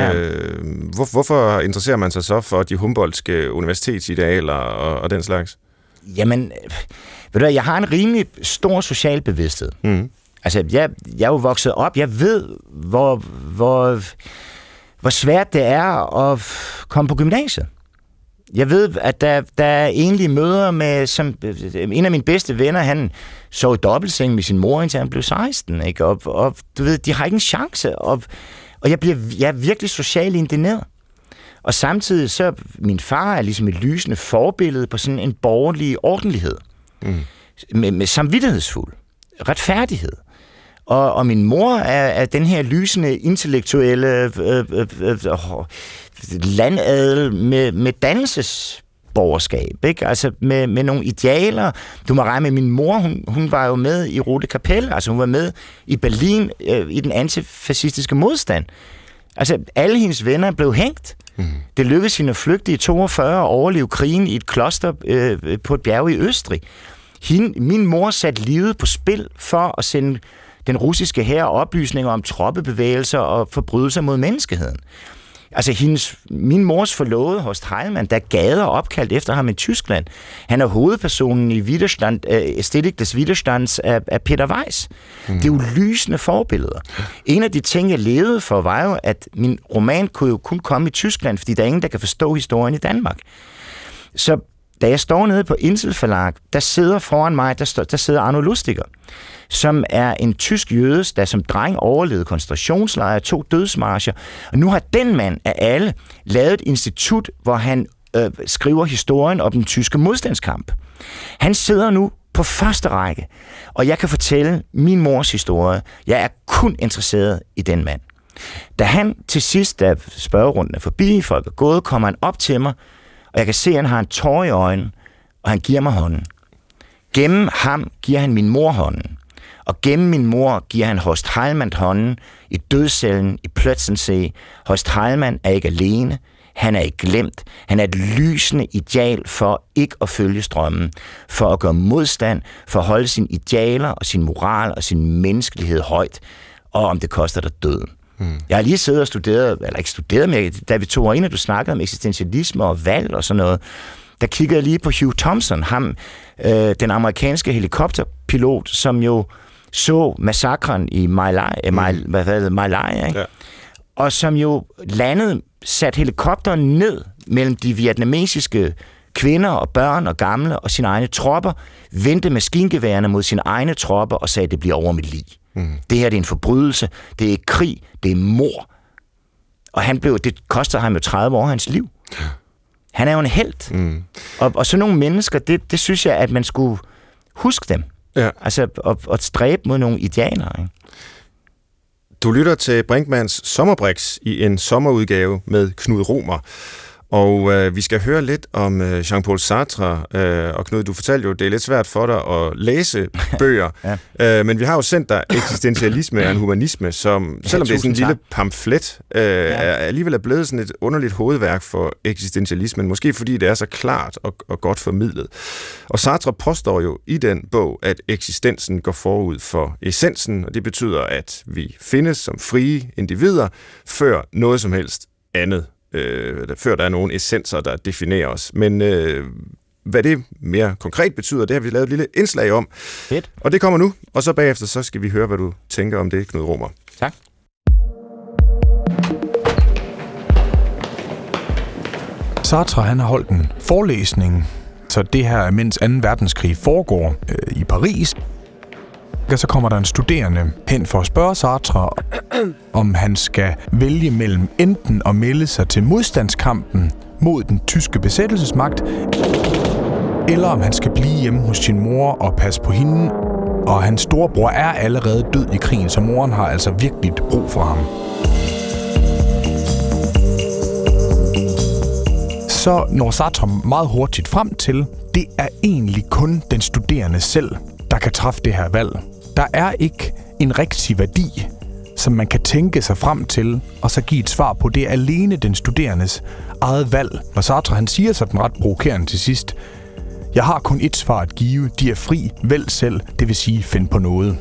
hvorfor interesserer man sig så for de humboldtske universitetsidealer og den slags? Jamen, ved du, jeg har en rimelig stor social bevidsthed. Altså, jeg er jo vokset op. Jeg ved, hvor svært det er at komme på gymnasiet. Jeg ved, at der er egentlig møder med, som en af mine bedste venner, han sov i dobbeltseng med sin mor, indtil han blev 16, ikke? Og du ved, de har ikke en chance, og jeg er virkelig socialt indigneret. Og samtidig så, min far er ligesom et lysende forbillede på sådan en borgerlig ordentlighed. Med samvittighedsfuld retfærdighed. Og min mor er den her lysende intellektuelle landadel med dannelsesborgerskab, ikke? Altså med nogle idealer. Du må regne med, min mor, hun var jo med i Rote Kapelle, altså hun var med i Berlin i den antifascistiske modstand. Altså alle hendes venner blev hængt. Det lykkedes hende at flygte i 42 og overleve krigen i et kloster på et bjerg i Østrig. Min mor satte livet på spil for at sende den russiske hær oplysninger om troppebevægelser og forbrydelser mod menneskeheden. Altså min mors forlovede Horst Heilmann, der gader opkaldt efter ham i Tyskland. Han er hovedpersonen i Æstetik des Widerstands af Peter Weiss. Det er jo lysende forbilleder. En af de ting, jeg levede for, var jo, at min roman kunne jo kun komme i Tyskland, fordi der er ingen, der kan forstå historien i Danmark. Så da jeg står nede på Insel Verlag, der sidder foran mig, der sidder Arno Lustiger, som er en tysk jøde, der som dreng overlevede koncentrationslejre, 2 dødsmarcher. Og nu har den mand af alle lavet et institut, hvor han skriver historien om den tyske modstandskamp. Han sidder nu på første række, og jeg kan fortælle min mors historie. Jeg er kun interesseret i den mand. Da han til sidst, da spørgerunden er forbi, folk er gået, kommer han op til mig, og jeg kan se, at han har en tår i øjnene, og han giver mig hånden. Gennem ham giver han min mor hånden. Og gennem min mor giver han Horst Heilmann hånden i dødscellen i Plötzensee. Horst Heilmann er ikke alene. Han er ikke glemt. Han er et lysende ideal for ikke at følge strømmen. For at gøre modstand. For at holde sine idealer og sin moral og sin menneskelighed højt. Og om det koster dig døden. Jeg har lige siddet og studeret, eller ikke studeret, men da vi tog ind, og du snakkede om eksistentialisme og valg og sådan noget, der kiggede jeg lige på Hugh Thompson, ham, den amerikanske helikopterpilot, som jo så massakren i My Lai, ikke? Ja. Og som jo satte helikopteren ned mellem de vietnamesiske kvinder og børn og gamle og sine egne tropper, vendte maskingeværerne mod sine egne tropper og sagde, at det bliver over med lig. Det her det er en forbrydelse, det er krig, det er mord. Og det koster ham jo 30 år hans liv. Han er jo en helt. Og sådan nogle mennesker, det synes jeg, at man skulle huske dem. Ja. Altså at stræbe mod nogle idealer. Ikke? Du lytter til Brinkmanns Sommerbrix i en sommerudgave med Knud Romer. Og vi skal høre lidt om Jean-Paul Sartre. Og Knud, du fortalte jo, det er lidt svært for dig at læse bøger. Ja. Men vi har jo sendt dig Eksistentialisme og en humanisme, som, selvom det er sådan en lille pamflet, alligevel er blevet sådan et underligt hovedværk for eksistentialismen. Måske fordi det er så klart og godt formidlet. Og Sartre påstår jo i den bog, at eksistensen går forud for essensen. Og det betyder, at vi findes som frie individer, før noget som helst andet. Før der er nogle essenser, der definerer os. Men hvad det mere konkret betyder, det har vi lavet et lille indslag om. Fedt. Og det kommer nu, og så bagefter så skal vi høre, hvad du tænker om det, Knud Romer. Tak. Sartre, han har holdt en forelæsning, så det her, mens 2. verdenskrig foregår i Paris. Og så kommer der en studerende hen for at spørge Sartre, om han skal vælge mellem enten at melde sig til modstandskampen mod den tyske besættelsesmagt, eller om han skal blive hjemme hos sin mor og passe på hende. Og hans storebror er allerede død i krigen, så moren har altså virkelig brug for ham. Så når Sartre meget hurtigt frem til, det er egentlig kun den studerende selv, der kan træffe det her valg. Der er ikke en rigtig værdi, som man kan tænke sig frem til, og så give et svar på. Det er alene den studerendes eget valg. Når Sartre han siger sådan ret provokerende til sidst, jeg har kun et svar at give, de er fri, vælg selv, det vil sige find på noget.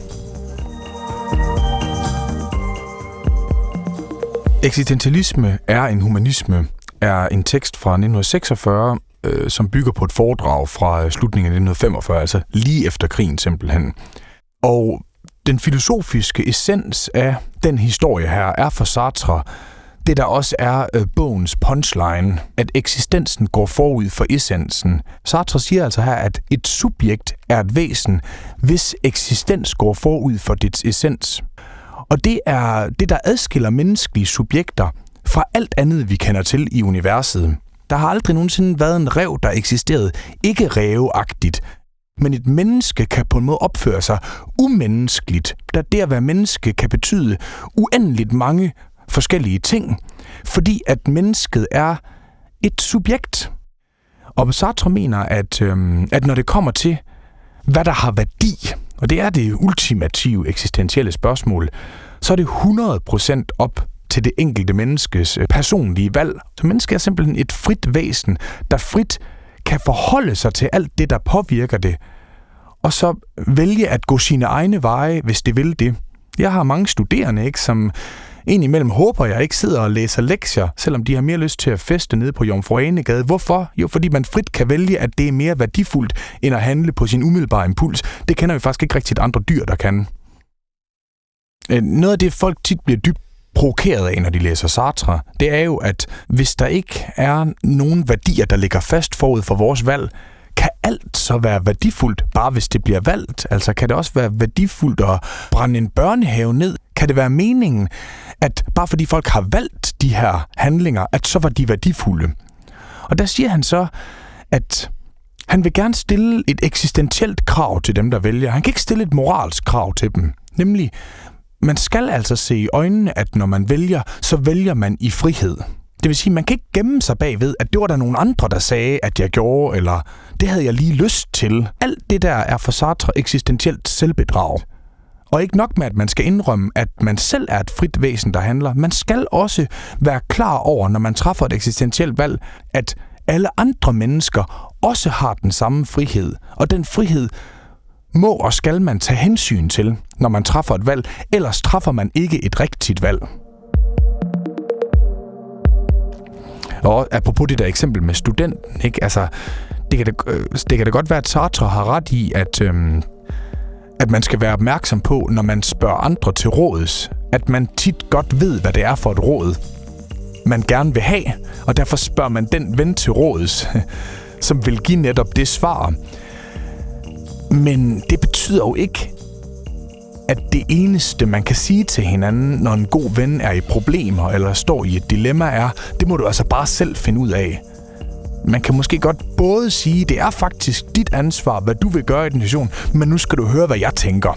Eksistentialisme er en humanisme, er en tekst fra 1946, som bygger på et foredrag fra slutningen af 1945, altså lige efter krigen simpelthen. Og den filosofiske essens af den historie her er for Sartre det, der også er bogens punchline, at eksistensen går forud for essensen. Sartre siger altså her, at et subjekt er et væsen, hvis eksistens går forud for dets essens. Og det er det, der adskiller menneskelige subjekter fra alt andet, vi kender til i universet. Der har aldrig nogensinde været en ræv, der eksisterede ikke ræveagtigt, men et menneske kan på en måde opføre sig umenneskeligt, da det at være menneske kan betyde uendeligt mange forskellige ting, fordi at mennesket er et subjekt. Og Sartre mener, at når det kommer til, hvad der har værdi, og det er det ultimative eksistentielle spørgsmål, så er det 100% op til det enkelte menneskes personlige valg. Så mennesket er simpelthen et frit væsen, der frit kan forholde sig til alt det, der påvirker det, og så vælge at gå sine egne veje, hvis det vil det. Jeg har mange studerende, ikke, som indimellem håber jeg ikke sidder og læser lektier, selvom de har mere lyst til at feste nede på Jomfru Anegade. Hvorfor? Jo, fordi man frit kan vælge, at det er mere værdifuldt, end at handle på sin umiddelbare impuls. Det kender vi faktisk ikke rigtigt andre dyr, der kan. Noget af det, folk tit bliver dybt provokeret af, når de læser Sartre, det er jo, at hvis der ikke er nogen værdier, der ligger fast forud for vores valg, kan alt så være værdifuldt, bare hvis det bliver valgt? Altså, kan det også være værdifuldt at brænde en børnehave ned? Kan det være meningen, at bare fordi folk har valgt de her handlinger, at så var de værdifulde? Og der siger han så, at han vil gerne stille et eksistentielt krav til dem, der vælger. Han kan ikke stille et moralsk krav til dem. Nemlig, man skal altså se i øjnene, at når man vælger, så vælger man i frihed. Det vil sige, man kan ikke gemme sig bagved, at det var der nogle andre, der sagde, at jeg gjorde, eller det havde jeg lige lyst til. Alt det der er for Sartre eksistentielt selvbedrag. Og ikke nok med, at man skal indrømme, at man selv er et frit væsen, der handler. Man skal også være klar over, når man træffer et eksistentielt valg, at alle andre mennesker også har den samme frihed. Og den frihed må og skal man tage hensyn til, når man træffer et valg, ellers træffer man ikke et rigtigt valg. Og apropos det der eksempel med studenten, ikke? Altså, det kan da godt være, at Sartre har ret i, at man skal være opmærksom på, når man spørger andre til råds, at man tit godt ved, hvad det er for et råd, man gerne vil have, og derfor spørger man den ven til råds, som vil give netop det svar. Men det betyder jo ikke, at det eneste, man kan sige til hinanden, når en god ven er i problemer eller står i et dilemma, er, det må du altså bare selv finde ud af. Man kan måske godt både sige, det er faktisk dit ansvar, hvad du vil gøre i den situation, men nu skal du høre, hvad jeg tænker.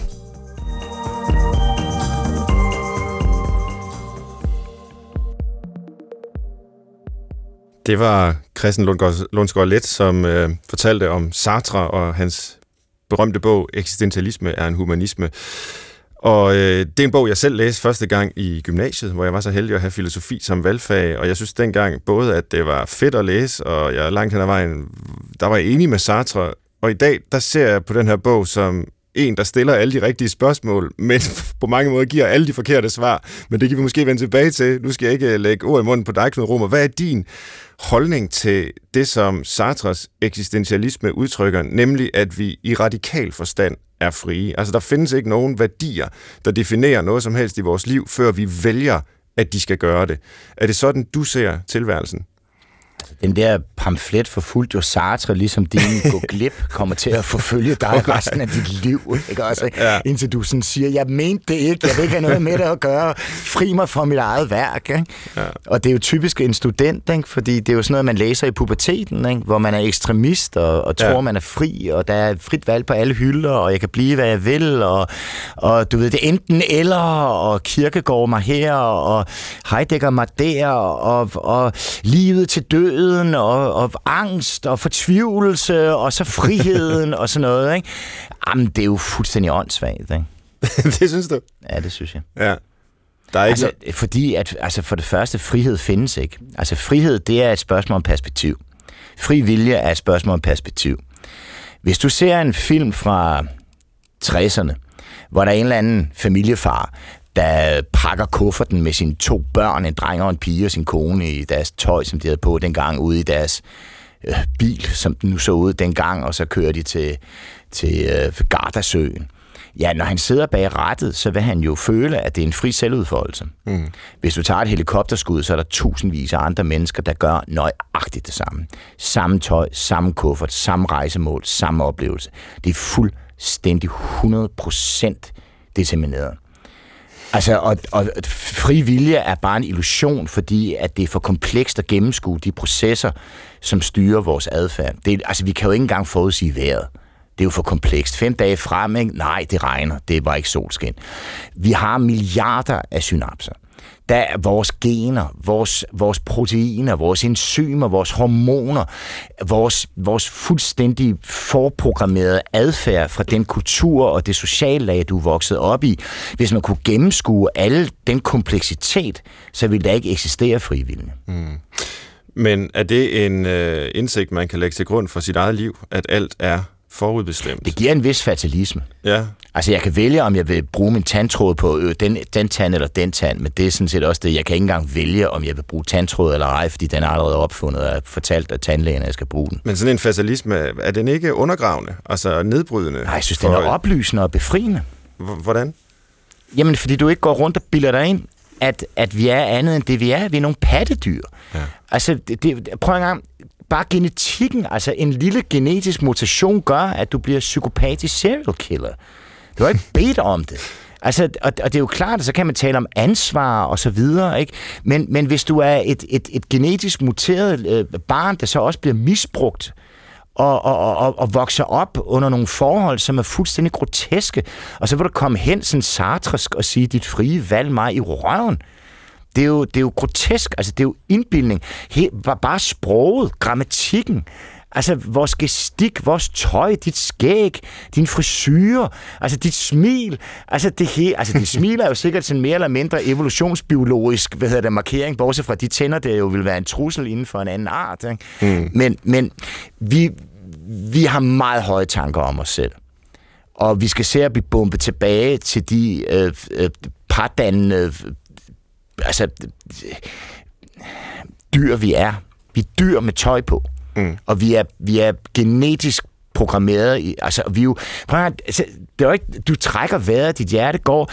Det var Christian Lundsgaard Let, som fortalte om Sartre og hans berømte bog, Eksistentialisme er en humanisme. Og det er en bog, jeg selv læste første gang i gymnasiet, hvor jeg var så heldig at have filosofi som valgfag, og jeg synes dengang både, at det var fedt at læse, og jeg langt hen ad vejen, der var jeg enig med Sartre, og i dag, der ser jeg på den her bog som en, der stiller alle de rigtige spørgsmål, men på mange måder giver alle de forkerte svar. Men det kan vi måske vende tilbage til. Nu skal jeg ikke lægge ord i munden på dig, Knud Romer. Hvad er din holdning til det, som Sartres eksistentialisme udtrykker, nemlig at vi i radikal forstand er frie? Altså, der findes ikke nogen værdier, der definerer noget som helst i vores liv, før vi vælger, at de skal gøre det. Er det sådan, du ser tilværelsen? Den der pamflet forfulgte jo Sartre, ligesom din gå glip, kommer til at forfølge dig resten af dit liv, ikke også? Ja. Indtil du sådan siger, jeg mente det ikke, jeg vil ikke have noget med det at gøre, fri mig fra mit eget værk, ikke? Ja. Og det er jo typisk en student, ikke? Fordi det er jo sådan noget, man læser i puberteten, ikke? Hvor man er ekstremist og tror, man er fri, og der er et frit valg på alle hylder, og jeg kan blive, hvad jeg vil, og du ved, det enten eller, og Kierkegaard mig her, og Heidegger mig der, og livet til døden, og angst, og fortvivlelse, og så friheden, og sådan noget, ikke? Jamen, det er jo fuldstændig åndssvagt, ikke? Det synes du? Ja, det synes jeg. Ja. Der er ikke fordi, at for det første, frihed findes ikke. Altså, frihed, det er et spørgsmål om perspektiv. Fri vilje er et spørgsmål om perspektiv. Hvis du ser en film fra 60'erne, hvor der er en eller anden familiefar, der pakker kufferten med sine 2 børn, en dreng og en pige og sin kone i deres tøj, som de havde på dengang, ude i deres bil, som den nu så ud dengang, og så kører de til Gardasøen. Ja, når han sidder bag rattet, så vil han jo føle, at det er en fri selvudfoldelse. Hvis du tager et helikopterskud, så er der tusindvis af andre mennesker, der gør nøjagtigt det samme. Samme tøj, samme kuffert, samme rejsemål, samme oplevelse. Det er fuldstændig 100% determineret. Altså, og fri vilje er bare en illusion, fordi at det er for komplekst at gennemskue de processer, som styrer vores adfærd. Altså, vi kan jo ikke engang forudsige vejret. Det er jo for komplekst. 5 dage frem, ikke? Nej, det regner. Det er bare ikke solskin. Vi har milliarder af synapser. Der er vores gener, vores proteiner, vores enzymer, vores hormoner, vores fuldstændig forprogrammerede adfærd fra den kultur og det sociale lag, du er vokset op i. Hvis man kunne gennemskue alle den kompleksitet, så ville der ikke eksistere frivillige. Men er det en indsigt, man kan lægge til grund for sit eget liv, at alt er forudbestemt? Det giver en vis fatalisme. Ja. Altså, jeg kan vælge, om jeg vil bruge min tandtråd på den tand eller den tand, men det er sådan set også det. Jeg kan ikke engang vælge, om jeg vil bruge tandtråd eller ej, fordi den er allerede opfundet og er fortalt af tandlægen, at jeg skal bruge den. Men sådan en fatalisme, er den ikke undergravende, altså nedbrydende? Nej, jeg synes, den er oplysende og befriende. Hvordan? Jamen, fordi du ikke går rundt og bilder dig ind, at vi er andet end det, vi er. Vi er nogle pattedyr. Ja. Altså, prøv en gang. Bare genetikken, altså en lille genetisk mutation gør, at du bliver psykopatisk serial killer. Du har ikke bedt om det. Altså, og det er jo klart, at så kan man tale om ansvar og så videre, ikke? Men hvis du er et genetisk muteret barn, der så også bliver misbrugt og vokser op under nogle forhold, som er fuldstændig groteske, og så vil du komme hen sådan sartrisk og sige, dit frie valg mig i røven. Det er jo grotesk, altså det er jo indbildning. Bare sproget, grammatikken, altså vores gestik, vores tøj, dit skæg, din frisyre, altså dit smil, altså det hele, altså dit smil er jo sikkert sådan mere eller mindre evolutionsbiologisk, markering, bortset fra de tænder, der jo vil være en trussel inden for en anden art, ikke? Men vi har meget høje tanker om os selv. Og vi skal se at blive bumpet tilbage til de pardannende dyr vi er. Vi er dyr med tøj på. Og vi er genetisk programmeret i, altså vi jo, det er jo ikke, du trækker vejret, dit hjerte går.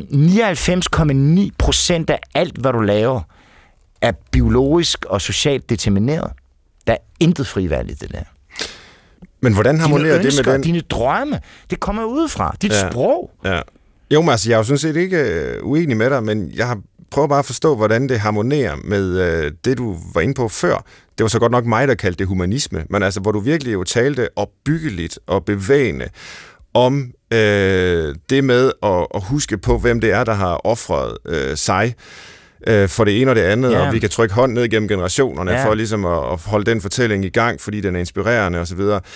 99,9% af alt, hvad du laver, er biologisk og socialt determineret. Der er intet frivalg i det der. Men hvordan harmonerer det med den? Dine drømme, det kommer udefra. Dit sprog. Ja. Jo, men altså, jeg er jo sådan set ikke uenig med dig, men jeg har prøvet bare at forstå, hvordan det harmonerer med det, du var inde på før. Det var så godt nok mig, der kaldte det humanisme, men altså, hvor du virkelig jo talte opbyggeligt og bevægende om det med at huske på, hvem det er, der har ofret sig for det ene og det andet, og vi kan trykke hånden ned gennem generationerne for ligesom at holde den fortælling i gang, fordi den er inspirerende osv.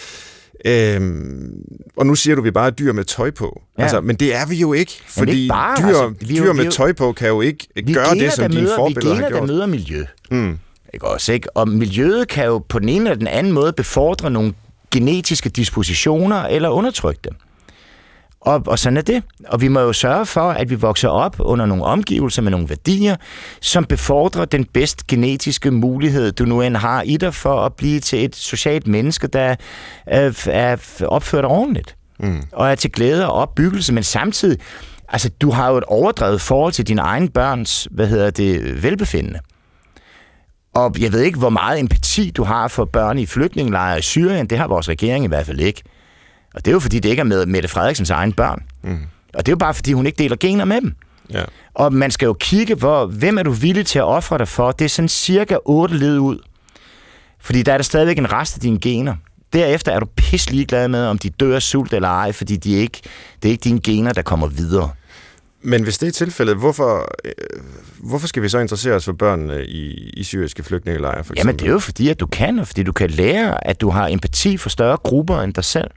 Og nu siger du, at vi bare er dyr med tøj på. Ja. Altså, men det er vi jo ikke, fordi dyr med tøj på kan jo ikke gøre det, som dine forbilleder har gjort. Vi der møder miljø. Ikke også, ikke? Og miljøet kan jo på den ene eller den anden måde befordre nogle genetiske dispositioner eller undertrykke dem. Og sådan er det. Og vi må jo sørge for, at vi vokser op under nogle omgivelser med nogle værdier, som befordrer den bedst genetiske mulighed, du nu end har i dig, for at blive til et socialt menneske, der er opført ordentligt. Og er til glæde og opbyggelse, men samtidig, altså du har jo et overdrevet forhold til dine egne børns, velbefindende. Og jeg ved ikke, hvor meget empati du har for børn i flygtningelejre i Syrien. Det har vores regering i hvert fald ikke. Og det er jo fordi, det ikke er med Mette Frederiksens egen børn. Og det er jo bare fordi, hun ikke deler gener med dem. Ja. Og man skal jo kigge, hvem er du villig til at ofre dig for? Det er sådan cirka 8 led ud. Fordi der er der stadigvæk en rest af dine gener. Derefter er du pisselig glad med, om de dør af sult eller ej, fordi det er ikke dine gener, der kommer videre. Men hvis det er tilfældet, hvorfor skal vi så interessere os for børnene i syriske flygtningelejre, for eksempel? Jamen, det er jo fordi, at du kan, og fordi du kan lære, at du har empati for større grupper end dig selv.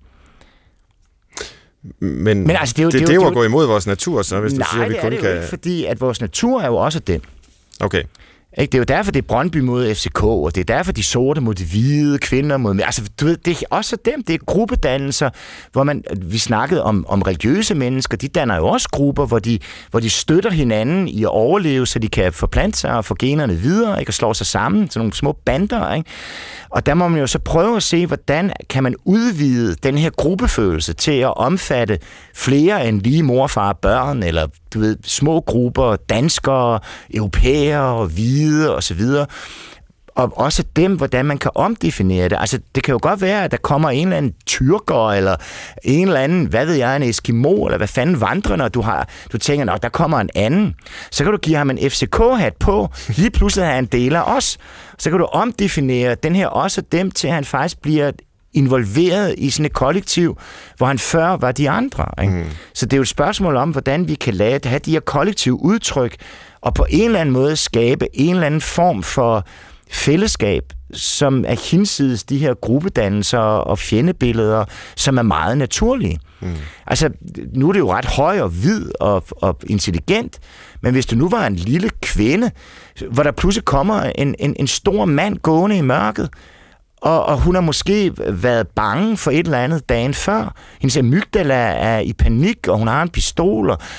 Men altså, det er jo at gå imod vores natur, så hvis du siger, at vi kun kan... Nej, det er det jo ikke, fordi at vores natur er jo også den. Okay. Det er jo derfor, det er Brøndby mod FCK, og det er derfor, de sorte mod de hvide, kvinder mod... Altså, du ved, det er også dem, det er gruppedannelser, hvor vi snakkede om religiøse mennesker, de danner jo også grupper, hvor de støtter hinanden i at overleve, så de kan forplante sig og få generne videre, ikke, og slå sig sammen til nogle små bander, ikke? Og der må man jo så prøve at se, hvordan kan man udvide den her gruppefølelse til at omfatte flere end lige mor, far og børn, eller du ved, små grupper, danskere, europæere, hvide og så videre. Og også dem, hvordan man kan omdefinere det. Altså, det kan jo godt være, at der kommer en eller anden tyrker, eller en eller anden, hvad ved jeg, en eskimo, eller hvad fanden vandrende, du tænker, der kommer en anden. Så kan du give ham en FCK-hat på, lige pludselig er han en del af os. Så kan du omdefinere den her os og dem, til han faktisk bliver involveret i sådan et kollektiv, hvor han før var de andre. Ikke? Mm. Så det er jo et spørgsmål om, hvordan vi kan have de her kollektive udtryk, og på en eller anden måde skabe en eller anden form for fællesskab, som er hinsides de her gruppedannelser og fjendebilleder, som er meget naturlige. Mm. Altså, nu er det jo ret høj og hvid og intelligent, men hvis du nu var en lille kvinde, hvor der pludselig kommer en stor mand gående i mørket, og hun har måske været bange for et eller andet dagen før. Hendes amygdala er i panik, og hun har en pistol. Og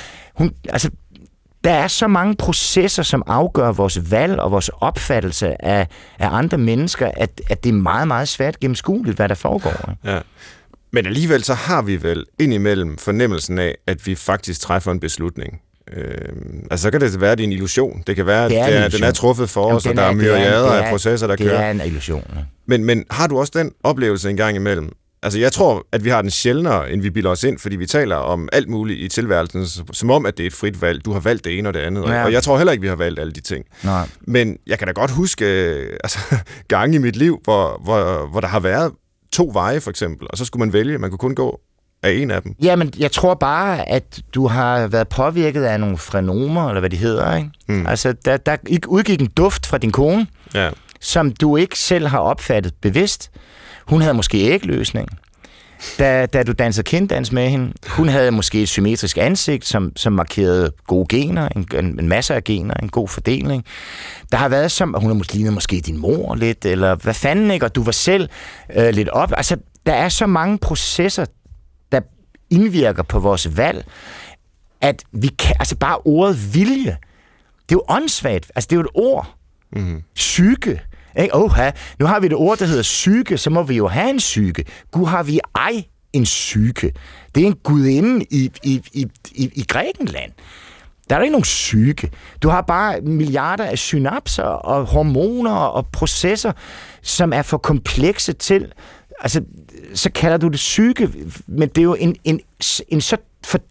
der er så mange processer, som afgør vores valg og vores opfattelse af andre mennesker, at det er meget, meget svært gennemskueligt, hvad der foregår. Ja. Men alligevel så har vi vel indimellem fornemmelsen af, at vi faktisk træffer en beslutning. Altså så kan det være, at det er en illusion. Det kan være, at den er truffet for os, og der er myriader af processer, der kører. Det er en illusion. Ja. Men har du også den oplevelse en gang imellem? Altså jeg tror, at vi har den sjældnere, end vi bilder os ind, fordi vi taler om alt muligt i tilværelsen, som om, at det er et frit valg. Du har valgt det ene og det andet, ja. Og jeg tror heller ikke, vi har valgt alle de ting. Nej. Men jeg kan da godt huske gange i mit liv, hvor der har været 2 veje, for eksempel, og så skulle man vælge. Man kunne kun gå af en af dem. Jamen, jeg tror bare, at du har været påvirket af nogle frenomer, eller hvad de hedder, ikke? Mm. Altså, der udgik en duft fra din kone, ja, som du ikke selv har opfattet bevidst. Hun havde måske ægløsning, da du dansede kinddans med hende. Hun havde måske et symmetrisk ansigt, som markerede gode gener, en masse af gener, en god fordeling. Der har været som, hun har lignet måske din mor lidt, eller hvad fanden, ikke? Og du var selv lidt op. Altså, der er så mange processer, der indvirker på vores valg, at vi kan, altså bare ordet vilje, det er jo åndssvagt. Altså, det er jo et ord. Mm-hmm. Psyke. Nu har vi et ord, der hedder psyke, så må vi jo have en psyke. Gud, har vi ej en psyke. Det er en gudinde i Grækenland. Der er ikke nogen psyke. Du har bare milliarder af synapser og hormoner og processer, som er for komplekse til. Altså, så kalder du det psyke, men det er jo en så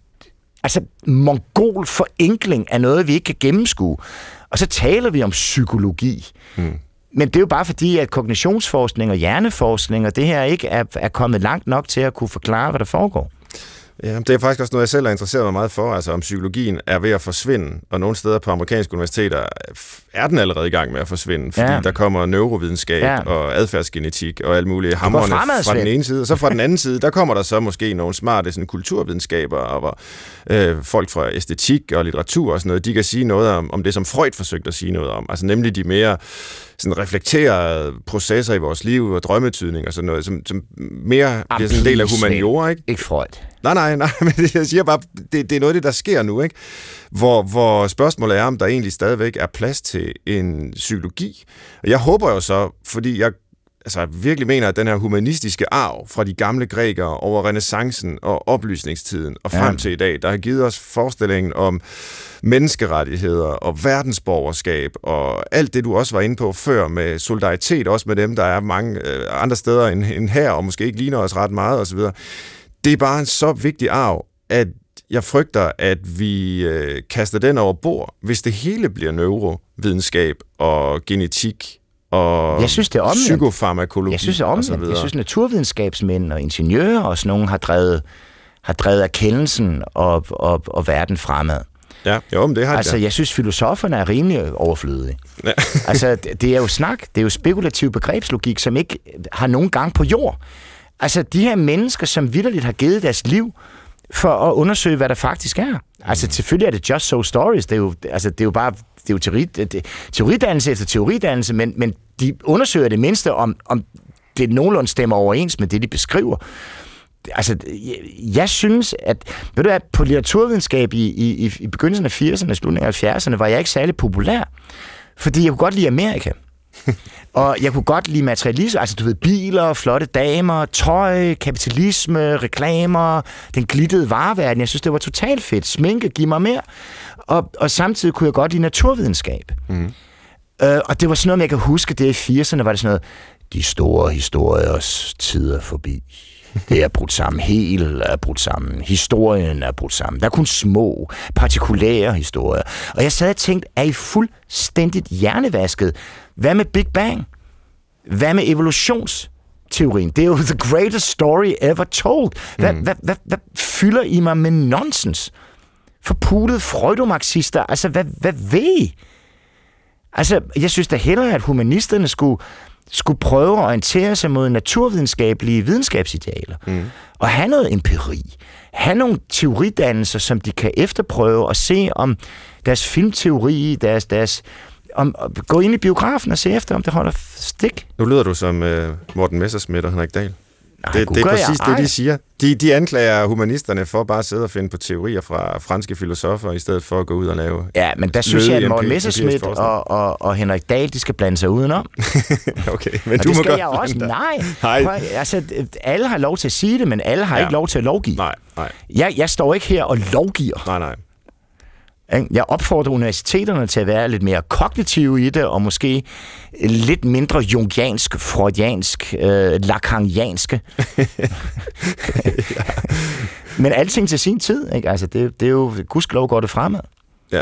mongol forenkling af noget, vi ikke kan gennemskue. Og så taler vi om psykologi. Mm. Men det er jo bare fordi, at kognitionsforskning og hjerneforskning og det her ikke er kommet langt nok til at kunne forklare, hvad der foregår. Ja, det er faktisk også noget, jeg selv har interesseret mig meget for, altså om psykologien er ved at forsvinde, og nogle steder på amerikanske universiteter er den allerede i gang med at forsvinde, fordi der kommer neurovidenskab og adfærdsgenetik og alt muligt hamrende fra den ene side, og så fra den anden side, der kommer der så måske nogle smarte sådan, kulturvidenskaber, og hvor folk fra æstetik og litteratur og sådan noget, de kan sige noget om det, som Freud forsøgte at sige noget om, altså nemlig de mere sådan reflekterede processer i vores liv og drømmetydning og sådan noget, som mere bliver sådan en del af humaniora, ikke? Ikke Freud. Nej, men jeg siger bare, det er noget af det, der sker nu, ikke? Hvor spørgsmålet er, om der egentlig stadigvæk er plads til en psykologi. Og jeg håber jo så, fordi jeg virkelig mener, at den her humanistiske arv fra de gamle grækere over renæssancen og oplysningstiden og frem til i dag, der har givet os forestillingen om menneskerettigheder og verdensborgerskab og alt det, du også var inde på før med solidaritet, også med dem, der er mange andre steder end her, og måske ikke ligner os ret meget osv. Det er bare en så vigtig arv, at jeg frygter, at vi kaster den over bord, hvis det hele bliver neurovidenskab og genetik og psykofarmakologi. Jeg synes, det er omvendt. Jeg synes, naturvidenskabsmænd og ingeniører og sådan nogle har drevet erkendelsen og verden fremad. Ja, jo, men det har altså, jeg synes, filosoferne er rimelig overflødige. Ja. Altså, det er jo snak, det er jo spekulativ begrebslogik, som ikke har nogen gang på jord. Altså, de her mennesker, som vitterligt har givet deres liv for at undersøge, hvad der faktisk er. Altså, selvfølgelig er det just so stories. Det er jo bare teoridannelse efter teoridannelse, men de undersøger det mindste, om det nogenlunde stemmer overens med det, de beskriver. Altså, jeg synes, at ved du hvad, på litteraturvidenskab i begyndelsen af 80'erne, slutningen af 70'erne, var jeg ikke særlig populær, fordi jeg kunne godt lide Amerika. Og jeg kunne godt lide materialisme, altså du ved, biler, flotte damer, tøj, kapitalisme, reklamer, den glittede vareverden. Jeg synes, det var totalt fedt. Sminke, giv mig mere. Og samtidig kunne jeg godt lide naturvidenskab. Og det var sådan noget, jeg kan huske, det i 80'erne var det sådan noget, de store historiers tid er forbi. Det er brudt sammen. Hele er brudt sammen. Historien er brudt sammen. Der er kun små, partikulære historier. Og jeg sad og tænkte, er I fuldstændigt hjernevasket? Hvad med Big Bang? Hvad med evolutionsteorien? Det er jo the greatest story ever told. Hvad fylder I mig med nonsens? Forpulede freudomarxister. Altså, hvad ved I? Altså, jeg synes da hellere, at humanisterne skulle prøve at orientere sig mod naturvidenskabelige videnskabsidealer. Og have noget empiri. Have nogle teoridannelser, som de kan efterprøve og se om deres filmteori, deres gå ind i biografen og se efter, om det holder stik. Nu lyder du som Morten Messerschmidt og Henrik Dahl. Det er præcis det, de siger. De anklager humanisterne for bare at sidde og finde på teorier fra franske filosofer, i stedet for at gå ud og lave... Ja, men der synes jeg, at Morten Messerschmidt og Henrik Dahl, de skal blande sig udenom. Okay, men og du det må skal godt... jeg også. Nej. Altså, alle har lov til at sige det, men alle har ikke lov til at lovgive. Nej. Jeg står ikke her og lovgiver. Nej. Jeg opfordrer universiteterne til at være lidt mere kognitive i det, og måske lidt mindre jungiansk, freudiansk, lacanianske. Men alting til sin tid, ikke? Altså, det er jo gudskelov går det fremad. Ja.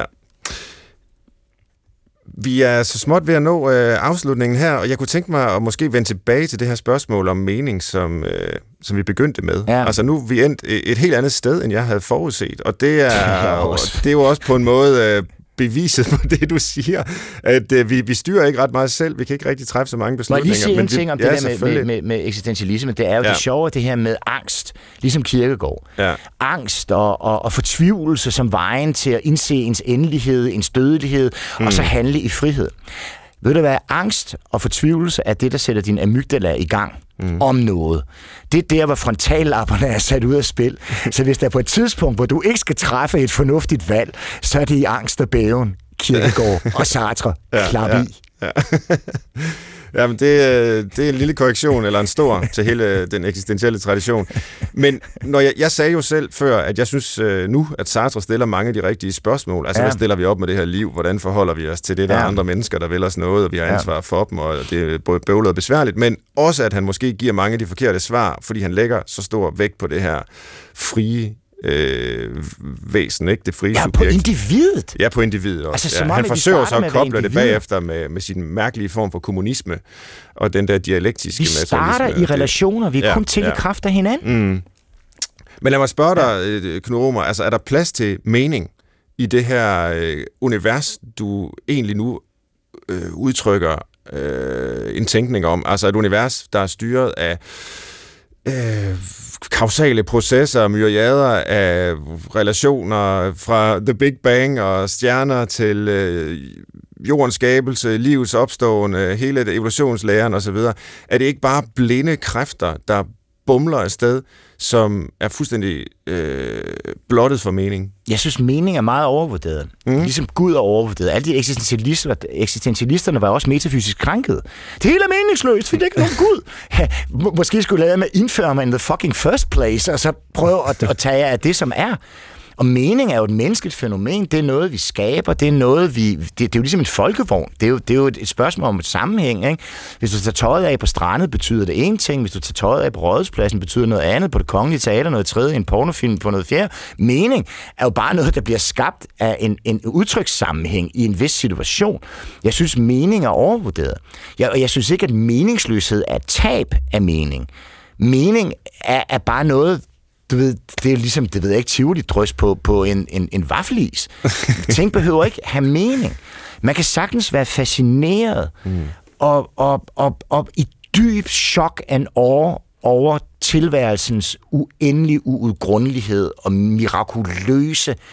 Vi er så småt ved at nå afslutningen her, og jeg kunne tænke mig at måske vende tilbage til det her spørgsmål om mening, som vi begyndte med. Ja. Altså nu er vi endt et helt andet sted, end jeg havde forudset, og det er jo også på en måde beviset på det, du siger, at vi styrer ikke ret meget selv, vi kan ikke rigtig træffe så mange beslutninger. Må jeg lige sige en ting om det der med eksistentialisme, det er jo det sjove, det her med angst, ligesom Kierkegaard. Ja. Angst og fortvivlelse som vejen til at indse ens endelighed, ens dødelighed, og så handle i frihed. Ved du hvad, angst og fortvivlelse er det, der sætter din amygdala i gang om noget. Det er der, hvor frontallapperne er sat ud af spil. Så hvis der er på et tidspunkt, hvor du ikke skal træffe et fornuftigt valg, så er det i angst og bæven, Kierkegaard og Sartre. Klap i. Ja. Jamen, det er en lille korrektion, eller en stor, til hele den eksistentielle tradition. Men når jeg sagde jo selv før, at jeg synes nu, at Sartre stiller mange af de rigtige spørgsmål. Altså, hvad stiller vi op med det her liv? Hvordan forholder vi os til det, der er andre mennesker, der vil os noget, og vi har ansvar for dem, og det er både bøvlet og besværligt, men også, at han måske giver mange af de forkerte svar, fordi han lægger så stor vægt på det her frie væsen, ikke? Det frie subjekt. På individet. Ja, på individet også. Altså, han forsøger så at koble det bagefter med sin mærkelige form for kommunisme og den der dialektiske materialisme. Vi starter i relationer, vi er kun til i kraft af hinanden. Men lad mig spørge dig, Knud Romer, altså er der plads til mening i det her univers, du egentlig nu udtrykker en tænkning om? Altså et univers, der er styret af kausale processer, myriader af relationer fra The Big Bang og stjerner til jordens skabelse, livets opstående, hele evolutionslæren osv. Er det ikke bare blinde kræfter, der bumler afsted, som er fuldstændig blottet for mening? Jeg synes, mening er meget overvurderet. Ligesom Gud er overvurderet. Alle de eksistentialisterne var også metafysisk krænkede. Det hele er meningsløst, fordi det ikke er nogen Gud. Måske skulle lade med at indføre mig in the fucking first place, og så prøve at tage af det, som er. Og mening er jo et menneskeligt fænomen. Det er noget, vi skaber. Det er noget, det er jo ligesom en folkevogn. Det er jo et spørgsmål om et sammenhæng, ikke? Hvis du tager tøjet af på strandet, betyder det en ting. Hvis du tager tøjet af på Rådhuspladsen, betyder noget andet. På Det Kongelige Teater noget tredje. En pornofilm på noget fjerde. Mening er jo bare noget, der bliver skabt af en udtrykssammenhæng i en vis situation. Jeg synes, mening er overvurderet. Og jeg synes ikke, at meningsløshed er tab af mening. Mening er bare noget... Du ved, det er ligesom, det ved jeg ikke, Tivoli-drøs på en vaffelis. Ting behøver ikke have mening. Man kan sagtens være fascineret og i dyb chok and awe over tilværelsens uendelige uudgrundelighed og mirakuløse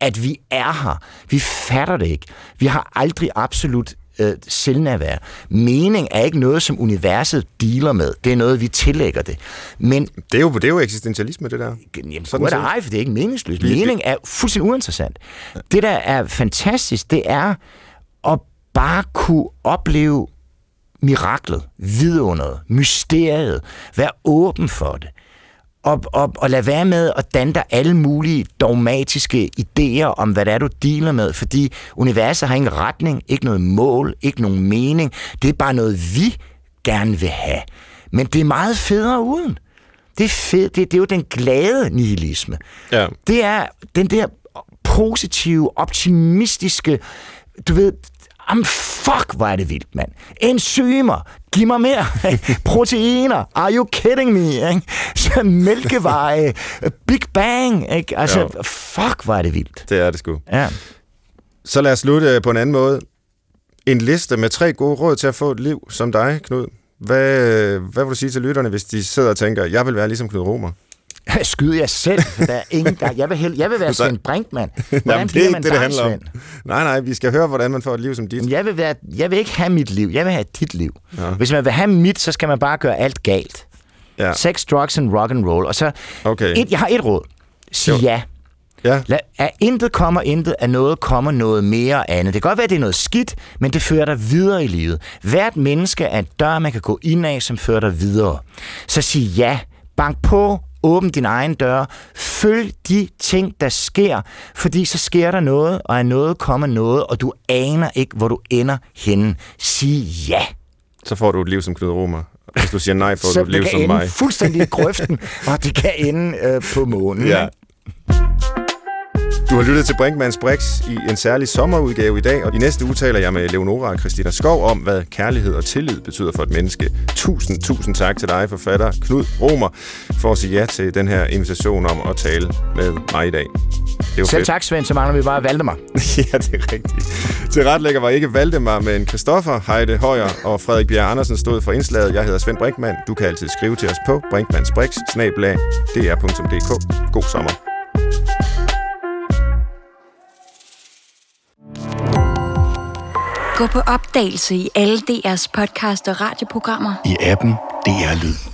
at vi er her. Vi fatter det ikke. Vi har aldrig absolut selvnærvær. Mening er ikke noget, som universet dealer med. Det er noget, vi tillægger det. Men det er jo eksistentialisme, det der. Jamen, sådan det er for det er ikke meningsløst. Mening er fuldstændig uinteressant. Det, der er fantastisk, det er at bare kunne opleve miraklet, vidunderet, mysteriet, være åben for det. Og lade være med at danne dig alle mulige dogmatiske idéer om, hvad det er, du dealer med, fordi universet har ingen retning, ikke noget mål, ikke nogen mening. Det er bare noget, vi gerne vil have. Men det er meget federe uden. Det er fedt. Det er jo den glade nihilisme. Ja. Det er den der positive, optimistiske, du ved, fuck, hvor er det vildt, mand. Enzymer, giv mig mere. Proteiner, are you kidding me? Ikke? Så mælkeveje, Big Bang. Ikke? Altså, fuck, hvor er det vildt. Det er det sgu. Ja. Så lad os slutte på en anden måde. En liste med 3 gode råd til at få et liv som dig, Knud. Hvad vil du sige til lytterne, hvis de sidder og tænker, jeg vil være ligesom Knud Romer? Skyder jeg selv, for der er ingen gang. Jeg vil være Svend Brinkmann. Hvordan bliver man det handler om. Nej, vi skal høre, hvordan man får et liv som dit. Jeg vil ikke have mit liv. Jeg vil have dit liv. Ja. Hvis man vil have mit, så skal man bare gøre alt galt. Ja. Sex, drugs and rock and roll. Og så jeg har et råd. Sig ja. Af intet kommer intet, af noget kommer noget mere andet. Det kan godt være, at det er noget skidt, men det fører dig videre i livet. Hvert menneske er en dør, man kan gå ind af, som fører dig videre. Så sig ja. Bank på. Åbn din egen dør. Følg de ting, der sker, fordi så sker der noget, og af noget kommer noget, og du aner ikke, hvor du ender henne. Sig ja. Så får du et liv som Knud Romer. Hvis du siger nej, får du et liv som mig. Så det kan ende fuldstændig i grøften, og det kan ende på månen. Ja. Du har lyttet til Brinkmanns Brix i en særlig sommerudgave i dag, og i næste uge taler jeg med Leonora og Christina Skov om, hvad kærlighed og tillid betyder for et menneske. Tusind tak til dig, forfatter Knud Romer, for at sige ja til den her invitation om at tale med mig i dag. Selv fedt. Tak, Svend, så mangler vi bare Valdemar. Ja, det er rigtigt. Til retlægger var ikke Valdemar, men Christoffer, Heide Højer og Frederik Bjerre Andersen stod for indslaget. Jeg hedder Svend Brinkmann. Du kan altid skrive til os på brinkmannsbrix@dr.dk. God sommer. Gå på opdagelse i alle DR's podcast og radioprogrammer. I appen DR Lyd.